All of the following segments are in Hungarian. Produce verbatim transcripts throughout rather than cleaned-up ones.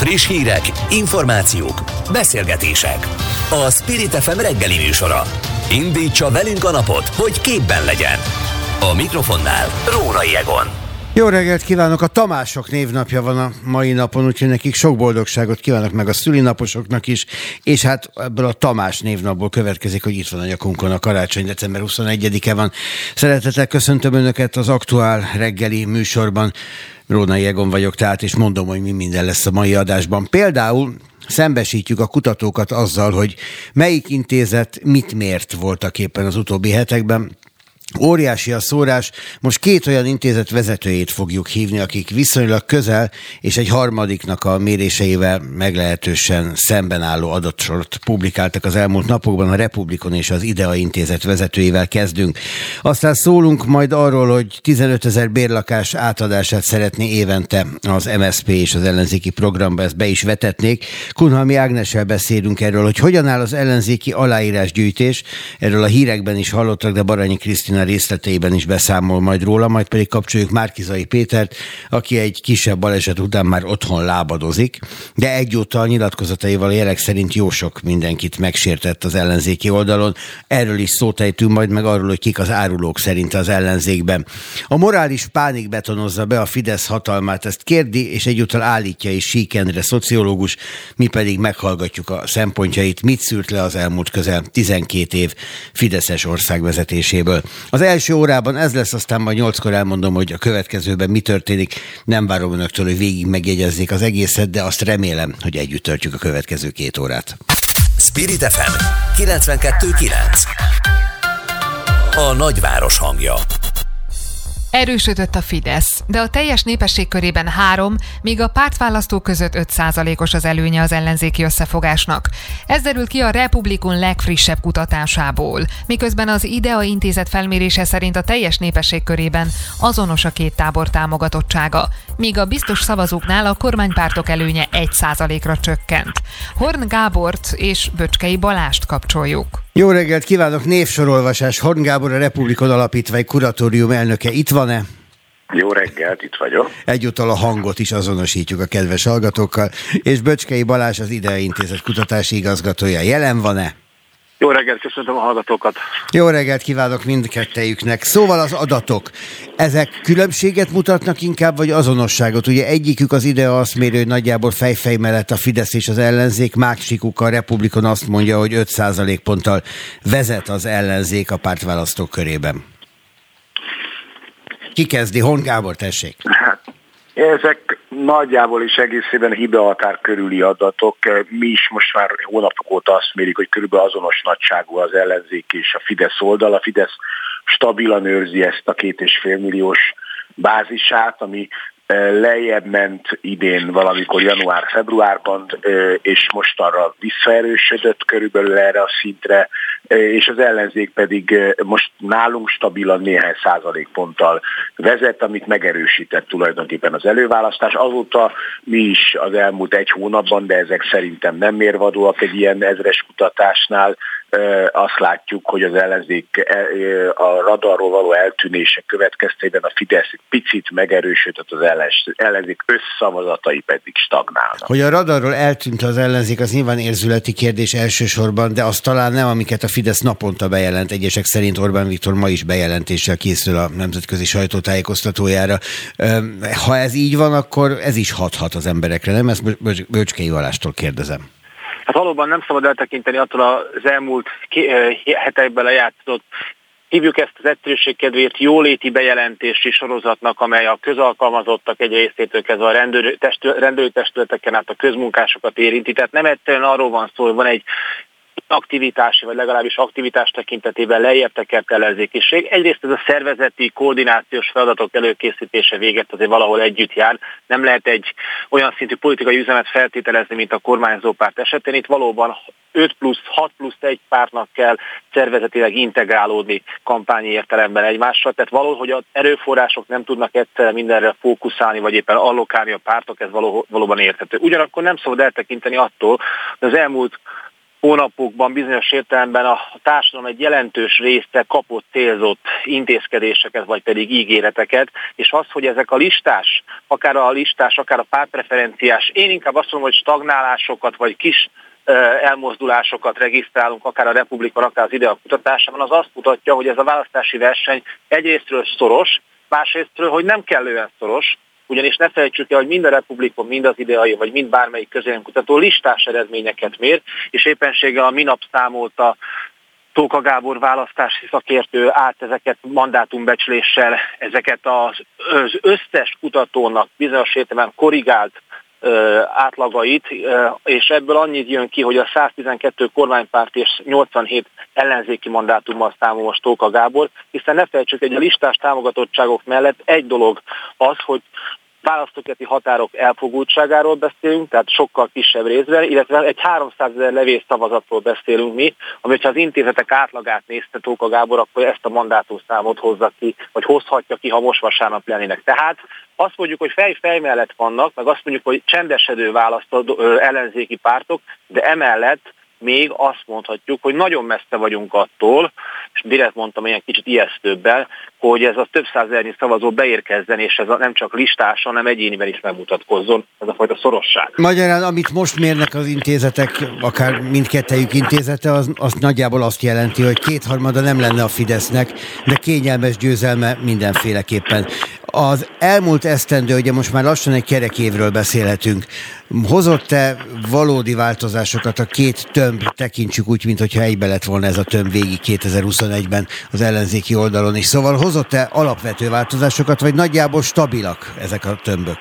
Friss hírek, információk, beszélgetések. A Spirit ef em reggeli műsora. Indítsa velünk a napot, hogy képben legyen. A mikrofonnál Rónai Egon. Jó reggelt kívánok! A Tamások névnapja van a mai napon, úgyhogy nekik sok boldogságot kívánok, meg a szülinaposoknak is, és hát ebből a Tamás névnapból következik, hogy itt van a nyakunkon a karácsony, december huszonegyedike van. Szeretettel köszöntöm Önöket az aktuál reggeli műsorban. Rónai Egon vagyok tehát, és mondom, hogy mi minden lesz a mai adásban. Például szembesítjük a kutatókat azzal, hogy melyik intézet mit mért voltak éppen az utóbbi hetekben. Óriási a szórás, most két olyan intézet vezetőjét fogjuk hívni, akik viszonylag közel, és egy harmadiknak a méréseivel meglehetősen szemben álló adatsort publikáltak az elmúlt napokban. A Republikon és az IDEA intézet vezetőivel kezdünk. Aztán szólunk majd arról, hogy tizenötezer bérlakás átadását szeretné évente az em es zé pé és az ellenzéki programba, ezt be is vetetnék. Kunhalmi Ágnessel beszélünk erről, hogy hogyan áll az ellenzéki aláírásgyűjtés, erről a hírekben is hallottak, de Baranyi Krisztina részleteiben is beszámol majd róla, majd pedig kapcsoljuk Márki-Zay Pétert, aki egy kisebb baleset után már otthon lábadozik, de egyúttal nyilatkozataival jelek szerint jó sok mindenkit megsértett az ellenzéki oldalon. Erről is szót ejtünk majd, meg arról, hogy kik az árulók szerint az ellenzékben. A morális pánik betonozza be a Fidesz hatalmát, ezt kérdi, és egyúttal állítja is Sík Endre szociológus, mi pedig meghallgatjuk a szempontjait, mit szűrt le az elmúlt közel tizenkét év fideszes országvezetéséből. Az első órában ez lesz, aztán majd nyolckor elmondom, hogy a következőben mi történik. Nem várom önöktől, hogy végig megjegyezzék az egészet, de azt remélem, hogy együtt töltjük a következő két órát. Spirit ef em kilencvenkettő kilenc. A nagyváros hangja. Erősödött a Fidesz, de a teljes népesség körében három, míg a pártválasztók között öt százalékos az előnye az ellenzéki összefogásnak. Ez derül ki a Republikon legfrissebb kutatásából, miközben az IDEA intézet felmérése szerint a teljes népesség körében azonos a két tábor támogatottsága, míg a biztos szavazóknál a kormánypártok előnye egy százalékra csökkent. Horn Gábort és Böcskei Balást kapcsoljuk. Jó reggelt kívánok, névsorolvasás. Horn Gábor, a Republikon Alapítvány kuratórium elnöke. Itt van-e? Jó reggelt, itt vagyok. Egyúttal a hangot is azonosítjuk a kedves hallgatókkal. És Böcskei Balázs, az IDEA intézet kutatási igazgatója. Jelen van-e? Jó reggelt, köszöntöm a hallgatókat. Jó reggelt kívánok mindkettejüknek. Szóval az adatok, ezek különbséget mutatnak inkább, vagy azonosságot? Ugye egyikük, az IDEA azt méri, hogy nagyjából fejfej mellett a Fidesz és az ellenzék, másikuk, a Republikon azt mondja, hogy öt százalékponttal vezet az ellenzék a pártválasztók körében. Ki kezdi? Horn Gábor, tessék. Hát, ezek nagyjából is egészében hibahatár körüli adatok. Mi is most már hónapok óta azt mérik, hogy körülbelül azonos nagyságú az ellenzék és a Fidesz oldal. A Fidesz stabilan őrzi ezt a két és fél milliós bázisát, ami lejjebb ment idén valamikor január-februárban, és mostanra visszaerősödött körülbelül erre a szintre, és az ellenzék pedig most nálunk stabilan néhány százalékponttal vezet, amit megerősített tulajdonképpen az előválasztás. Azóta mi is az elmúlt egy hónapban, de ezek szerintem nem mérvadóak egy ilyen ezres kutatásnál, azt látjuk, hogy az ellenzék a radarról való eltűnése következtében a Fidesz picit megerősödött, az ellenzék összszavazatai pedig stagnálnak. Hogy a radarról eltűnt az ellenzék, az nyilván érzületi kérdés elsősorban, de az talán nem, amiket a Fidesz naponta bejelent. Egyesek szerint Orbán Viktor ma is bejelentéssel készül a nemzetközi sajtótájékoztatójára. Ha ez így van, akkor ez is hathat az emberekre, nem? Ezt Böcskei Balástól kérdezem. Hát valóban nem szabad eltekinteni attól az elmúlt hetekben lejátszott, hívjuk ezt az egyszerűség kedvéért jóléti bejelentési sorozatnak, amely a közalkalmazottak egy részétől kezdve a rendőr, testület, rendőri testületeken át a közmunkásokat érinti. Tehát nem egyszerűen arról van szó, hogy van egy aktivitási, vagy legalábbis aktivitás tekintetében lejjebb tekert ellenzékiség. Egyrészt ez a szervezeti, koordinációs feladatok előkészítése véget azért valahol együtt jár. Nem lehet egy olyan szintű politikai üzenet feltételezni, mint a kormányzó párt esetén. Itt valóban öt plusz, hat plusz egy pártnak kell szervezetileg integrálódni kampányi értelemben egymásra. Tehát valahogy az erőforrások nem tudnak egyszerre mindenre fókuszálni, vagy éppen allokálni a pártok, ez való, valóban érthető. Ugyanakkor nem szabad eltekinteni attól, hogy az elmúlt hónapokban bizonyos értelemben a társadalom egy jelentős része kapott célzott intézkedéseket, vagy pedig ígéreteket, és az, hogy ezek a listás, akár a listás, akár a pártpreferenciás, én inkább azt mondom, hogy stagnálásokat, vagy kis elmozdulásokat regisztrálunk, akár a Republikon, akár az IDEA kutatásában, az azt mutatja, hogy ez a választási verseny egyrésztről szoros, másrésztről, hogy nem kellően szoros, ugyanis ne felejtsük el, hogy mind a Republikon, mind az IDEA, vagy mind bármelyik közvéleménykutató listás eredményeket mér, és éppenséggel a minap számolta Tóka Gábor választási szakértő át ezeket mandátumbecsléssel, ezeket az, az összes kutatónak bizonyos értelemben korrigált átlagait, és ebből annyit jön ki, hogy a száztizenkettő kormánypárt és nyolcvanhét ellenzéki mandátummal számol most Tóka Gábor, hiszen ne felejtsük, hogy a listás támogatottságok mellett egy dolog az, hogy választókerületi határok elfogultságáról beszélünk, tehát sokkal kisebb részben, illetve egy háromszázezer levél szavazatról beszélünk mi, ami, hogyha az intézetek átlagát nézte Tóka Gábor, akkor ezt a mandátumszámot hozza ki, vagy hozhatja ki, ha most vasárnap lennének. Tehát azt mondjuk, hogy fej-fej mellett vannak, meg azt mondjuk, hogy csendesedő választó ellenzéki pártok, de emellett még azt mondhatjuk, hogy nagyon messze vagyunk attól, és direkt mondtam ilyen kicsit ijesztőbbel, hogy ez a több százezernyi szavazó beérkezzen, és ez a nem csak listáson, hanem egyéniben is megmutatkozzon, ez a fajta szorosság. Magyarán, amit most mérnek az intézetek, akár mindkettejük intézete, az, az nagyjából azt jelenti, hogy kétharmada nem lenne a Fidesznek, de kényelmes győzelme mindenféleképpen. Az elmúlt esztendő, ugye most már lassan egy kerek évről beszélhetünk, hozott-e valódi változásokat a két tömb, tekintsük úgy, mintha egybe lett volna ez a tömb végig kétezer-huszonegyben az ellenzéki oldalon is. Szóval hozott-e alapvető változásokat, vagy nagyjából stabilak ezek a tömbök?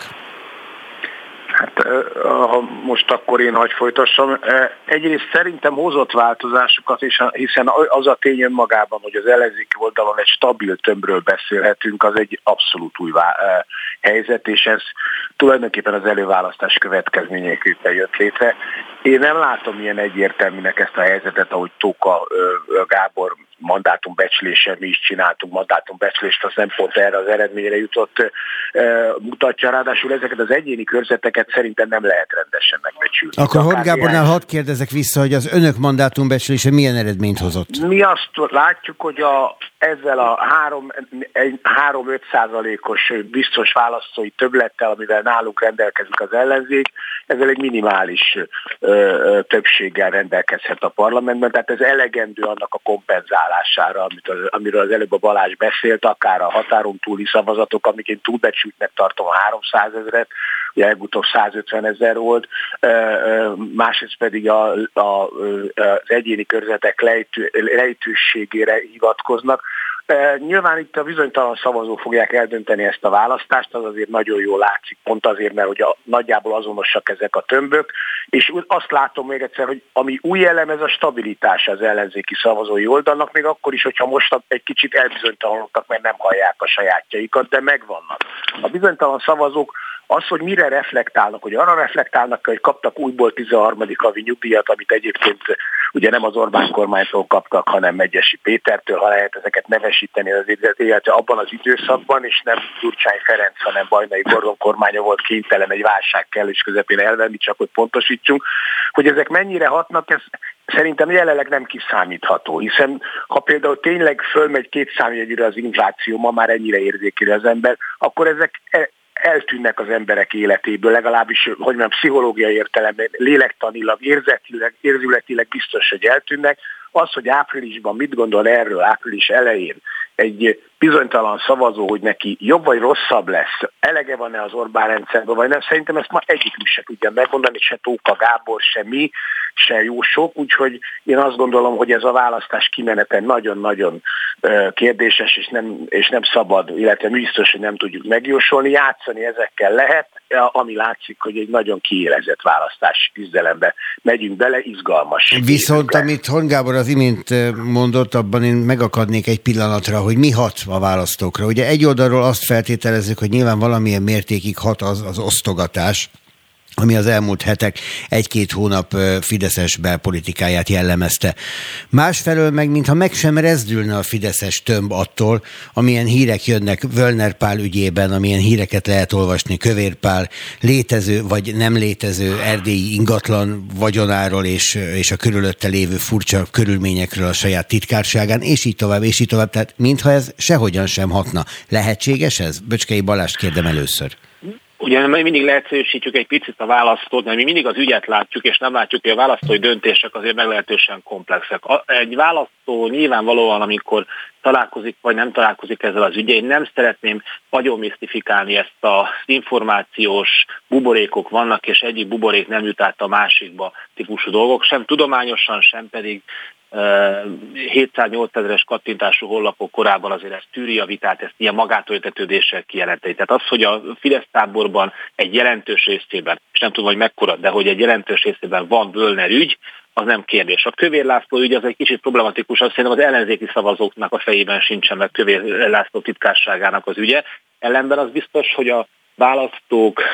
Hát ha most akkor én hagy folytassam. Egyrészt szerintem hozott változásokat, hiszen az a tény önmagában, hogy az ellenzéki oldalon egy stabil tömbről beszélhetünk, az egy abszolút új helyzet, és ez tulajdonképpen az előválasztás következményeképpen jött létre. Én nem látom ilyen egyértelműnek ezt a helyzetet, ahogy Tóka Gábor mandátumbecslése, mi is csináltunk mandátumbecslést, az nem pont erre az eredményre jutott, mutatja. Ráadásul ezeket az egyéni körzeteket szerintem nem lehet rendesen megbecsülni. Akkor Horn Gábornál hadd kérdezek vissza, hogy az önök mandátumbecslése milyen eredményt hozott? Mi azt látjuk, hogy a, ezzel a három-öt százalékos biztos választói többlettel, amivel nálunk rendelkezik az ellenzék, ezzel egy minimális ö, ö, többséggel rendelkezhet a parlamentben, tehát ez elegendő annak a kompenzálására, amit az, amiről az előbb a Balázs beszélt, akár a határon túli szavazatok, amik én túlbecsültnek tartom a háromszázezret, ugye legutóbb százötven ezer volt, másrészt pedig a, a, az egyéni körzetek lejtő, lejtőségére hivatkoznak. Nyilván itt a bizonytalan szavazók fogják eldönteni ezt a választást, az azért nagyon jól látszik, pont azért, mert ugye nagyjából azonosak ezek a tömbök, és azt látom még egyszer, hogy ami új elem, ez a stabilitása az ellenzéki szavazói oldalnak, még akkor is, hogyha most egy kicsit elbizonytalanodtak, mert nem hallják a sajátjaikat, de megvannak. A bizonytalan szavazók az, hogy mire reflektálnak, hogy arra reflektálnak, hogy kaptak újból tizenharmadik havi nyugdíjat, amit egyébként ugye nem az Orbán kormánytól kaptak, hanem Megyesi Pétertől, ha lehet ezeket nevesíteni az illetve abban az időszakban, és nem Gyurcsány Ferenc, hanem Bajnai Gordon kormánya volt kénytelen egy válság kellős közepén elvenni, csak hogy pontosítsunk, hogy ezek mennyire hatnak, ez szerintem jelenleg nem kiszámítható, hiszen ha például tényleg fölmegy két számjegyűre az infláció, ma már ennyire érzékeli az ember, akkor ezek eltűnnek az emberek életéből, legalábbis, hogy mondjam, pszichológiai értelemben, lélektanilag, érzetileg, érzületileg biztos, hogy eltűnnek. Az, hogy áprilisban mit gondol erről, április elején egy bizonytalan szavazó, hogy neki jobb vagy rosszabb lesz, elege van-e az Orbán rendszerben, vagy nem, szerintem ezt ma egyikünk se tudja megmondani, se Tóka Gábor, se mi, se jó sok, úgyhogy én azt gondolom, hogy ez a választás kimenete nagyon-nagyon kérdéses, és nem, és nem szabad, illetve biztos, hogy nem tudjuk megjósolni, játszani ezekkel lehet, ami látszik, hogy egy nagyon kiélezett választási küzdelembe megyünk bele, izgalmas. Viszont amit Horn Gábor az imént mondott, abban én megakadnék egy pillanatra, hogy mi hat a választókra. Ugye egy oldalról azt feltételezzük, hogy nyilván valamilyen mértékig hat az, az osztogatás, ami az elmúlt hetek egy-két hónap fideszes belpolitikáját jellemezte. Másfelől meg, mintha meg sem rezdülne a fideszes tömb attól, amilyen hírek jönnek Völner Pál ügyében, amilyen híreket lehet olvasni Kövér Pál létező vagy nem létező erdélyi ingatlan vagyonáról és, és a körülötte lévő furcsa körülményekről a saját titkárságán, és így tovább, és így tovább. Tehát mintha ez sehogyan sem hatna. Lehetséges ez? Böcskei Balást kérdem először. Ugye mindig leegyszerűsítjük egy picit a választót, mert mi mindig az ügyet látjuk, és nem látjuk, hogy a választói döntések azért meglehetősen komplexek. Egy választó nyilvánvalóan, amikor találkozik, vagy nem találkozik ezzel az ügyel, én nem szeretném nagyon misztifikálni ezt az információs buborékok vannak, és egyik buborék nem jut át a másikba típusú dolgok, sem tudományosan, sem pedig hétszáz-nyolcezeres kattintású honlapok korábban azért ez tűri a vitát, ezt ilyen magától értetődéssel kijelenteni. Tehát az, hogy a Fidesz táborban egy jelentős részében, és nem tudom, hogy mekkora, de hogy egy jelentős részében van Völner ügy, az nem kérdés. A Kövér László ügy az egy kicsit problematikus, azt szerintem az ellenzéki szavazóknak a fejében sincsen meg Kövér László titkárságának az ügye. Ellenben az biztos, hogy a választók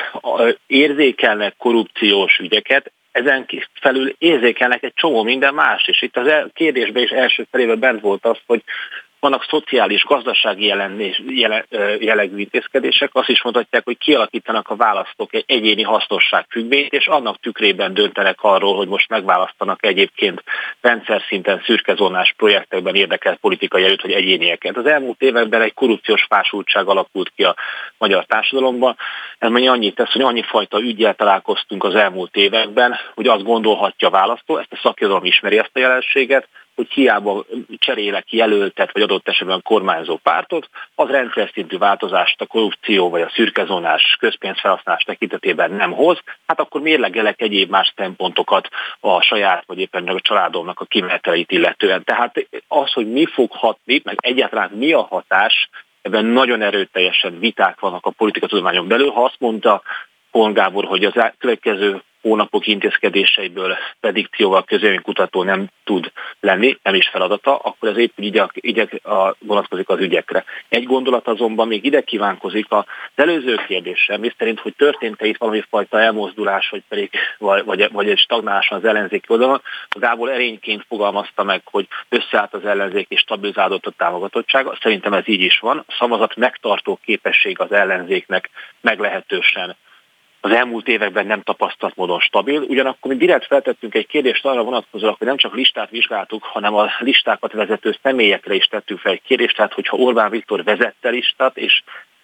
érzékelnek korrupciós ügyeket, ezen felül érzékelnek egy csomó minden más is. Itt az kérdésben is első felében bent volt az, hogy vannak szociális, gazdasági jelenés, jele, jellegű intézkedések, azt is mondhatják, hogy kialakítanak a választók egy egyéni hasznosságfüggvényt, és annak tükrében döntenek arról, hogy most megválasztanak egyébként rendszer szinten szürkezónás projektekben érdekelt politikai erőt, vagy egyénieket. Az elmúlt években egy korrupciós fásultság alakult ki a magyar társadalomban. Ez mondja annyit tesz, hogy annyi fajta üggyel találkoztunk az elmúlt években, hogy azt gondolhatja a választó, ezt a szakirodalom ismeri ezt a jelenséget, hogy hiába cserélek jelöltet, vagy adott esetben kormányzó pártot, az rendszer szintű változást a korrupció vagy a szürkezónás közpénzfelhasználás tekintetében nem hoz, hát akkor mérlegelek egyéb más szempontokat a saját, vagy éppen a családomnak a kimeneteleit illetően. Tehát az, hogy mi fog hatni, meg egyáltalán mi a hatás, ebben nagyon erőteljesen viták vannak a politikatudományok belül. Ha azt mondta Horn Gábor, hogy az következő hónapok intézkedéseiből predikcióval közvéleménykutató nem tud lenni, nem is feladata, akkor ez épp így így vonatkozik az ügyekre. Egy gondolat azonban még ide kívánkozik az előző kérdésre, mi szerint, hogy történt-e itt valami fajta elmozdulás, vagy pedig vagy, vagy, vagy egy stagnálás az ellenzéki oldalon. A Gábor erényként fogalmazta meg, hogy összeállt az ellenzék és stabilizálódott a támogatottsága. Szerintem ez így is van. A szavazat megtartó képesség az ellenzéknek meglehetősen az elmúlt években nem tapasztalt módon stabil. Ugyanakkor mi direkt feltettünk egy kérdést arra vonatkozóan, hogy nem csak listát vizsgáltuk, hanem a listákat vezető személyekre is tettünk fel egy kérdést, tehát hogyha Orbán Viktor vezette listát, és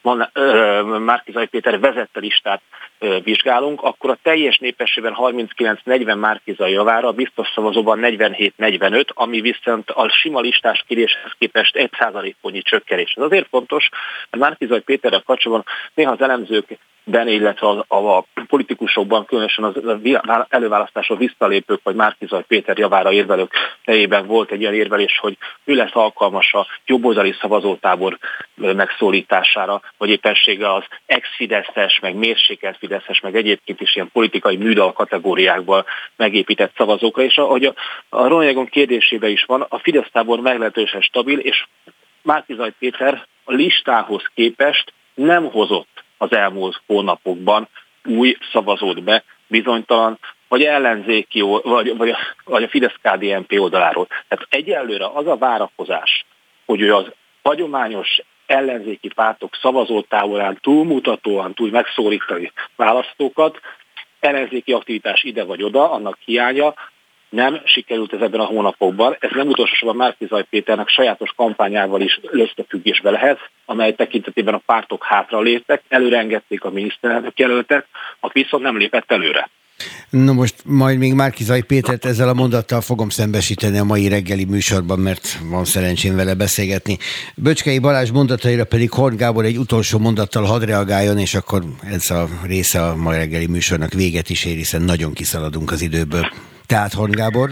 Márki-Zay Péter vezette listát ö, vizsgálunk, akkor a teljes népességben harminckilenc negyven Márki-Zay javára, a biztos szavazóban negyvenhét negyvenöt, ami viszont a sima listás kéréshez képest egy százalékpontnyi csökkenés. Ez azért fontos, mert Márki-Zay Péterrel kapcsolatban néha az elemzők benne, illetve a, a, a politikusokban, különösen az előválasztásról visszalépők, vagy Márki-Zay Péter javára érvelők fejében volt egy ilyen érvelés, hogy ő lesz alkalmas a jobboldali szavazótábor megszólítására, vagy éppensége az ex-fideszes, meg mérsékelt fideszes, meg egyébként is ilyen politikai műdal kategóriákban megépített szavazókra, és ahogy a, a Ronjagon kérdésében is van, a Fidesz tábor meglehetősen stabil, és Márki-Zay Péter a listához képest nem hozott az elmúlt hónapokban új szavazót be, bizonytalan, vagy ellenzéki, vagy, vagy, vagy a Fidesz-ká dé en pé oldaláról. Tehát egyelőre az a várakozás, hogy ő az hagyományos ellenzéki pártok szavazótáborán túlmutatóan tud megszólítani választókat, ellenzéki aktivitás ide vagy oda, annak hiánya, nem sikerült ez ebben a hónapokban. Ez nem utolsósorban Márki-Zay Péternek sajátos kampányával is összefüggésbe lehet, amely tekintetében a pártok hátra léptek, előre engedték a miniszterelnök jelöltet, aki viszont nem lépett előre. Na most majd még Márki-Zay Pétert ezzel a mondattal fogom szembesíteni a mai reggeli műsorban, mert van szerencsém vele beszélgetni. Böcskei Balázs mondataira pedig Horn Gábor egy utolsó mondattal hadd reagáljon, és akkor ez a része a mai reggeli műsornak véget is ér, hiszen nagyon kiszaladunk az időből. Tehát Horn Gábor?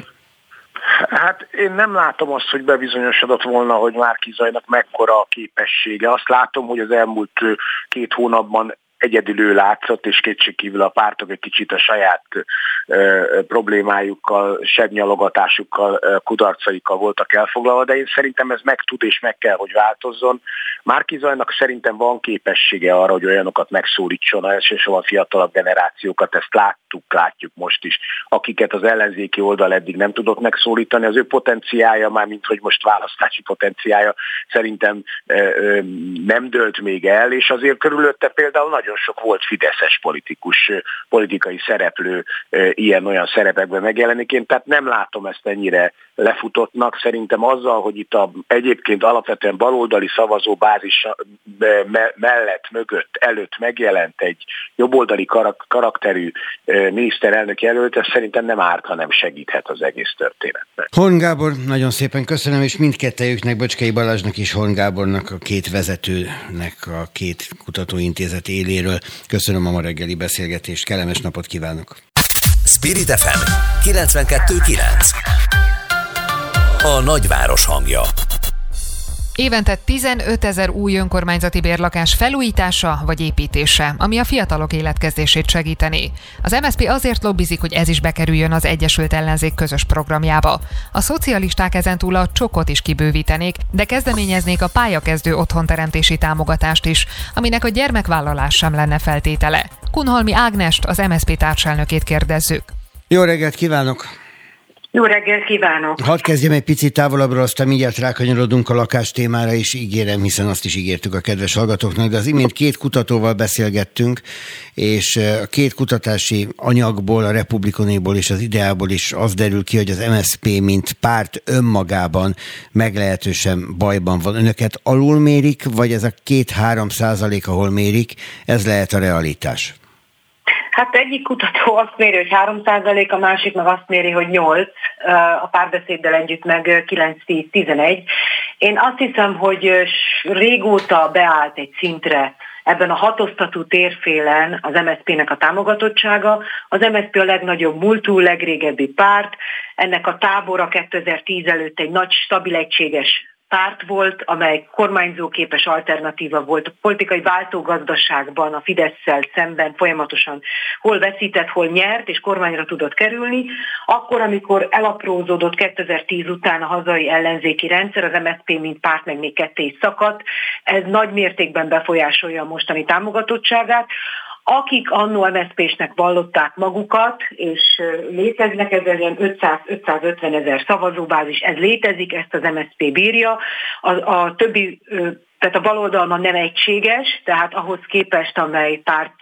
Hát én nem látom azt, hogy bebizonyosodott volna, hogy Márki-Zaynak mekkora a képessége. Azt látom, hogy az elmúlt két hónapban egyedül ő látszott, és kétségkívül a pártok egy kicsit a saját ö, problémájukkal, segnyalogatásukkal, ö, kudarcaikkal voltak elfoglalva, de én szerintem ez meg tud és meg kell, hogy változzon. Márki Zajnak szerintem van képessége arra, hogy olyanokat megszólítson, elsősorban fiatalabb generációkat, ezt láttuk, látjuk most is, akiket az ellenzéki oldal eddig nem tudott megszólítani. Az ő potenciálja, már mint hogy most választási potenciálja szerintem ö, ö, nem dőlt még el, és azért körülötte például nagyon sok volt fideszes politikus, politikai szereplő ilyen-olyan szerepekben megjelenik. Én tehát nem látom ezt ennyire lefutottnak. Szerintem azzal, hogy itt a egyébként alapvetően baloldali szavazóbázis mellett, mögött, előtt megjelent egy jobboldali karak- karakterű miniszterelnök jelölt, ez szerintem nem árt, hanem segíthet az egész történetben. Horn Gábor, nagyon szépen köszönöm, és mindkettejüknek, Böcskei Balázsnak és Horn Gábornak, a két vezetőnek a két kutatóintézet éléről. Köszönöm a ma reggeli beszélgetést, kellemes napot kívánok! Spirit ef em kilencvenkettő kilenc. A nagyváros hangja. Évente tizenötezer új önkormányzati bérlakás felújítása vagy építése, ami a fiatalok életkezdését segítené. Az em es zé pé azért lobbizik, hogy ez is bekerüljön az Egyesült Ellenzék közös programjába. A szocialisták ezentúl a csokot is kibővítenék, de kezdeményeznék a pályakezdő otthonteremtési támogatást is, aminek a gyermekvállalás sem lenne feltétele. Kunhalmi Ágnest, az em es zé pé társelnökét kérdezzük. Jó reggelt kívánok! Jó reggelt kívánok! Hadd kezdjem egy picit távolabbra, aztán mindjárt rákanyarodunk a lakás témára is, ígérem, hiszen azt is ígértük a kedves hallgatóknak, de az imént két kutatóval beszélgettünk, és a két kutatási anyagból, a Republikonéból és az Ideából is az derül ki, hogy az em es zé pé mint párt önmagában meglehetősen bajban van. Önöket alulmérik, vagy ez a két-három százalék, ahol mérik, ez lehet a realitás? Hát egyik kutató azt méri, hogy három százalék, a másik meg azt méri, hogy nyolc, a Párbeszéddel együtt meg kilenc-tíz-tizenegy. Én azt hiszem, hogy régóta beállt egy szintre ebben a hatosztatú térfélen az em es zé pének a támogatottsága. Az em es zé pé a legnagyobb múltú, legrégebbi párt. Ennek a tábora kétezer-tíz előtt egy nagy, stabil, egységes párt volt, amely kormányzóképes alternatíva volt. A politikai váltógazdaságban a Fidesszel szemben folyamatosan hol veszített, hol nyert, és kormányra tudott kerülni. Akkor, amikor elaprózódott kétezer-tíz után a hazai ellenzéki rendszer, az em es zé pé mint párt meg még ketté is szakadt, ez nagy mértékben befolyásolja a mostani támogatottságát. Akik annó em es zé pésnek vallották magukat, és léteznek, ez ilyen ötszáz-ötszázötven ezer szavazóbázis, ez létezik, ezt az em es zé pé bírja. A, a többi, tehát a baloldalon nem egységes, tehát ahhoz képest, amely párt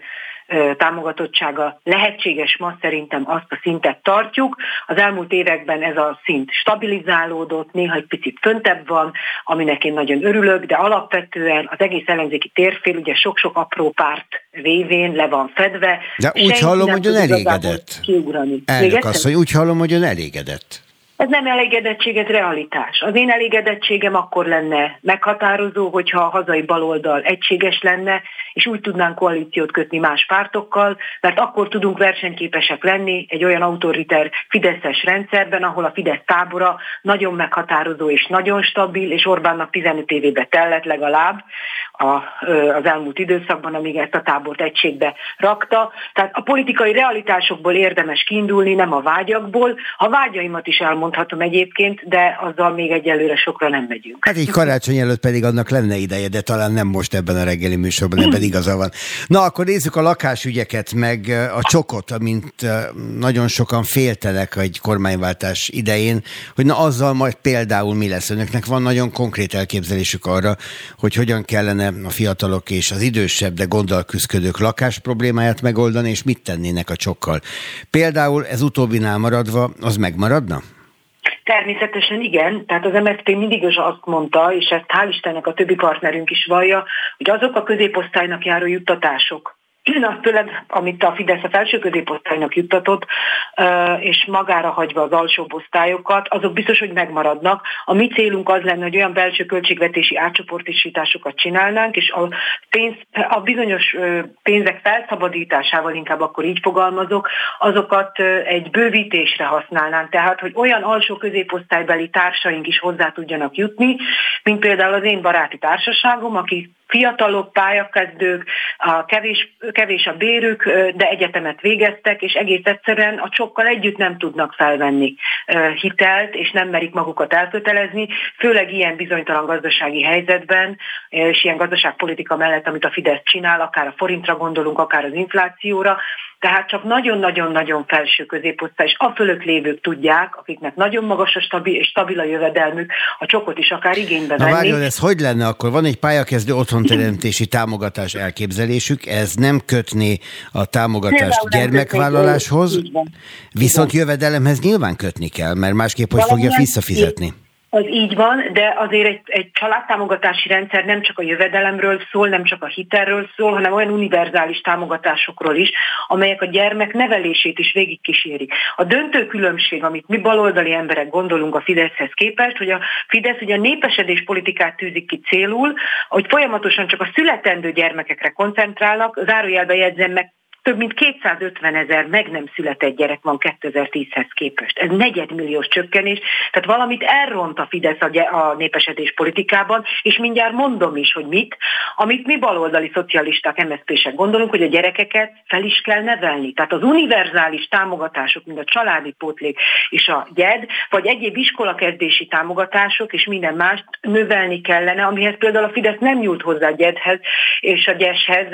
támogatottsága lehetséges ma, szerintem azt a szintet tartjuk. Az elmúlt években ez a szint stabilizálódott, néha egy picit föntebb van, aminek én nagyon örülök, de alapvetően az egész ellenzéki térfél ugye sok-sok apró párt révén le van fedve. De úgy hallom, hogy ön elégedett. Elnök asszony, úgy hallom, hogy ön elégedett. Ez nem elégedettség, ez realitás. Az én elégedettségem akkor lenne meghatározó, hogyha a hazai baloldal egységes lenne, és úgy tudnánk koalíciót kötni más pártokkal, mert akkor tudunk versenyképesek lenni egy olyan autoriter fideszes rendszerben, ahol a Fidesz tábora nagyon meghatározó és nagyon stabil, és Orbánnak tizenöt évébe tellett legalább a, az elmúlt időszakban, amíg ezt a tábort egységbe rakta. Tehát a politikai realitásokból érdemes kiindulni, nem a vágyakból. A vágyaimat is elmondhatom egyébként, de azzal még egyelőre sokra nem megyünk. Hát így karácsony előtt pedig annak lenne ideje, de talán nem most ebben a reggeli műsorban, ebben igaza van. Na, akkor nézzük a lakásügyeket, meg a csokot, amint nagyon sokan féltelek egy kormányváltás idején, hogy na azzal majd például mi lesz. Önöknek van nagyon konkrét elképzelésük arra, hogy hogyan kellene a fiatalok és az idősebb, de gonddal küzdködők lakás problémáját megoldani, és mit tennének a csokkal. Például ez utóbbinál maradva, az megmaradna? Természetesen igen, tehát az em es zé pé mindig is azt mondta, és ezt hál' Istennek a többi partnerünk is vallja, hogy azok a középosztálynak járó juttatások, az tőled, amit a Fidesz a felső középosztálynak juttatott, és magára hagyva az alsóbb osztályokat, azok biztos, hogy megmaradnak. A mi célunk az lenne, hogy olyan belső költségvetési átcsoportosításokat csinálnánk, és a, pénz, a bizonyos pénzek felszabadításával, inkább akkor így fogalmazok, azokat egy bővítésre használnánk. Tehát, hogy olyan alsó középosztálybeli társaink is hozzá tudjanak jutni, mint például az én baráti társaságom, aki fiatalok, pályakezdők, a kevés, kevés a bérük, de egyetemet végeztek, és egész egyszerűen a csokkal együtt nem tudnak felvenni hitelt, és nem merik magukat elkötelezni, főleg ilyen bizonytalan gazdasági helyzetben, és ilyen gazdaságpolitika mellett, amit a Fidesz csinál, akár a forintra gondolunk, akár az inflációra, tehát csak nagyon-nagyon-nagyon felső középosztály, és a fölött lévők tudják, akiknek nagyon magas a stabil, és stabil a jövedelmük, a csokot is akár igénybe venni. Na várjon, ez hogy lenne akkor? Van egy pályakezdő otthonteremtési támogatás elképzelésük, ez nem kötné a támogatást gyermekvállaláshoz, viszont jövedelemhez nyilván kötni kell, mert másképp hogy fogja visszafizetni. Az így van, de azért egy, egy családtámogatási rendszer nem csak a jövedelemről szól, nem csak a hitelről szól, hanem olyan univerzális támogatásokról is, amelyek a gyermek nevelését is végigkísérik. A döntő különbség, amit mi baloldali emberek gondolunk a Fideszhez képest, hogy a Fidesz ugye a népesedés politikát tűzik ki célul, hogy folyamatosan csak a születendő gyermekekre koncentrálnak, zárójelbe jegyzem meg, több mint kétszázötven ezer meg nem született gyerek van kétezer-tízhez képest. Ez negyedmilliós csökkenés, tehát valamit elront a Fidesz a népesedés politikában, és mindjárt mondom is, hogy mit, amit mi baloldali szocialisták, em es zé pések gondolunk, hogy a gyerekeket fel is kell nevelni. Tehát az univerzális támogatások, mint a családi pótlék és a gyed, vagy egyéb iskolakezdési támogatások és minden mást növelni kellene, amihez például a Fidesz nem nyújt hozzá a gyedhez és a gyeshez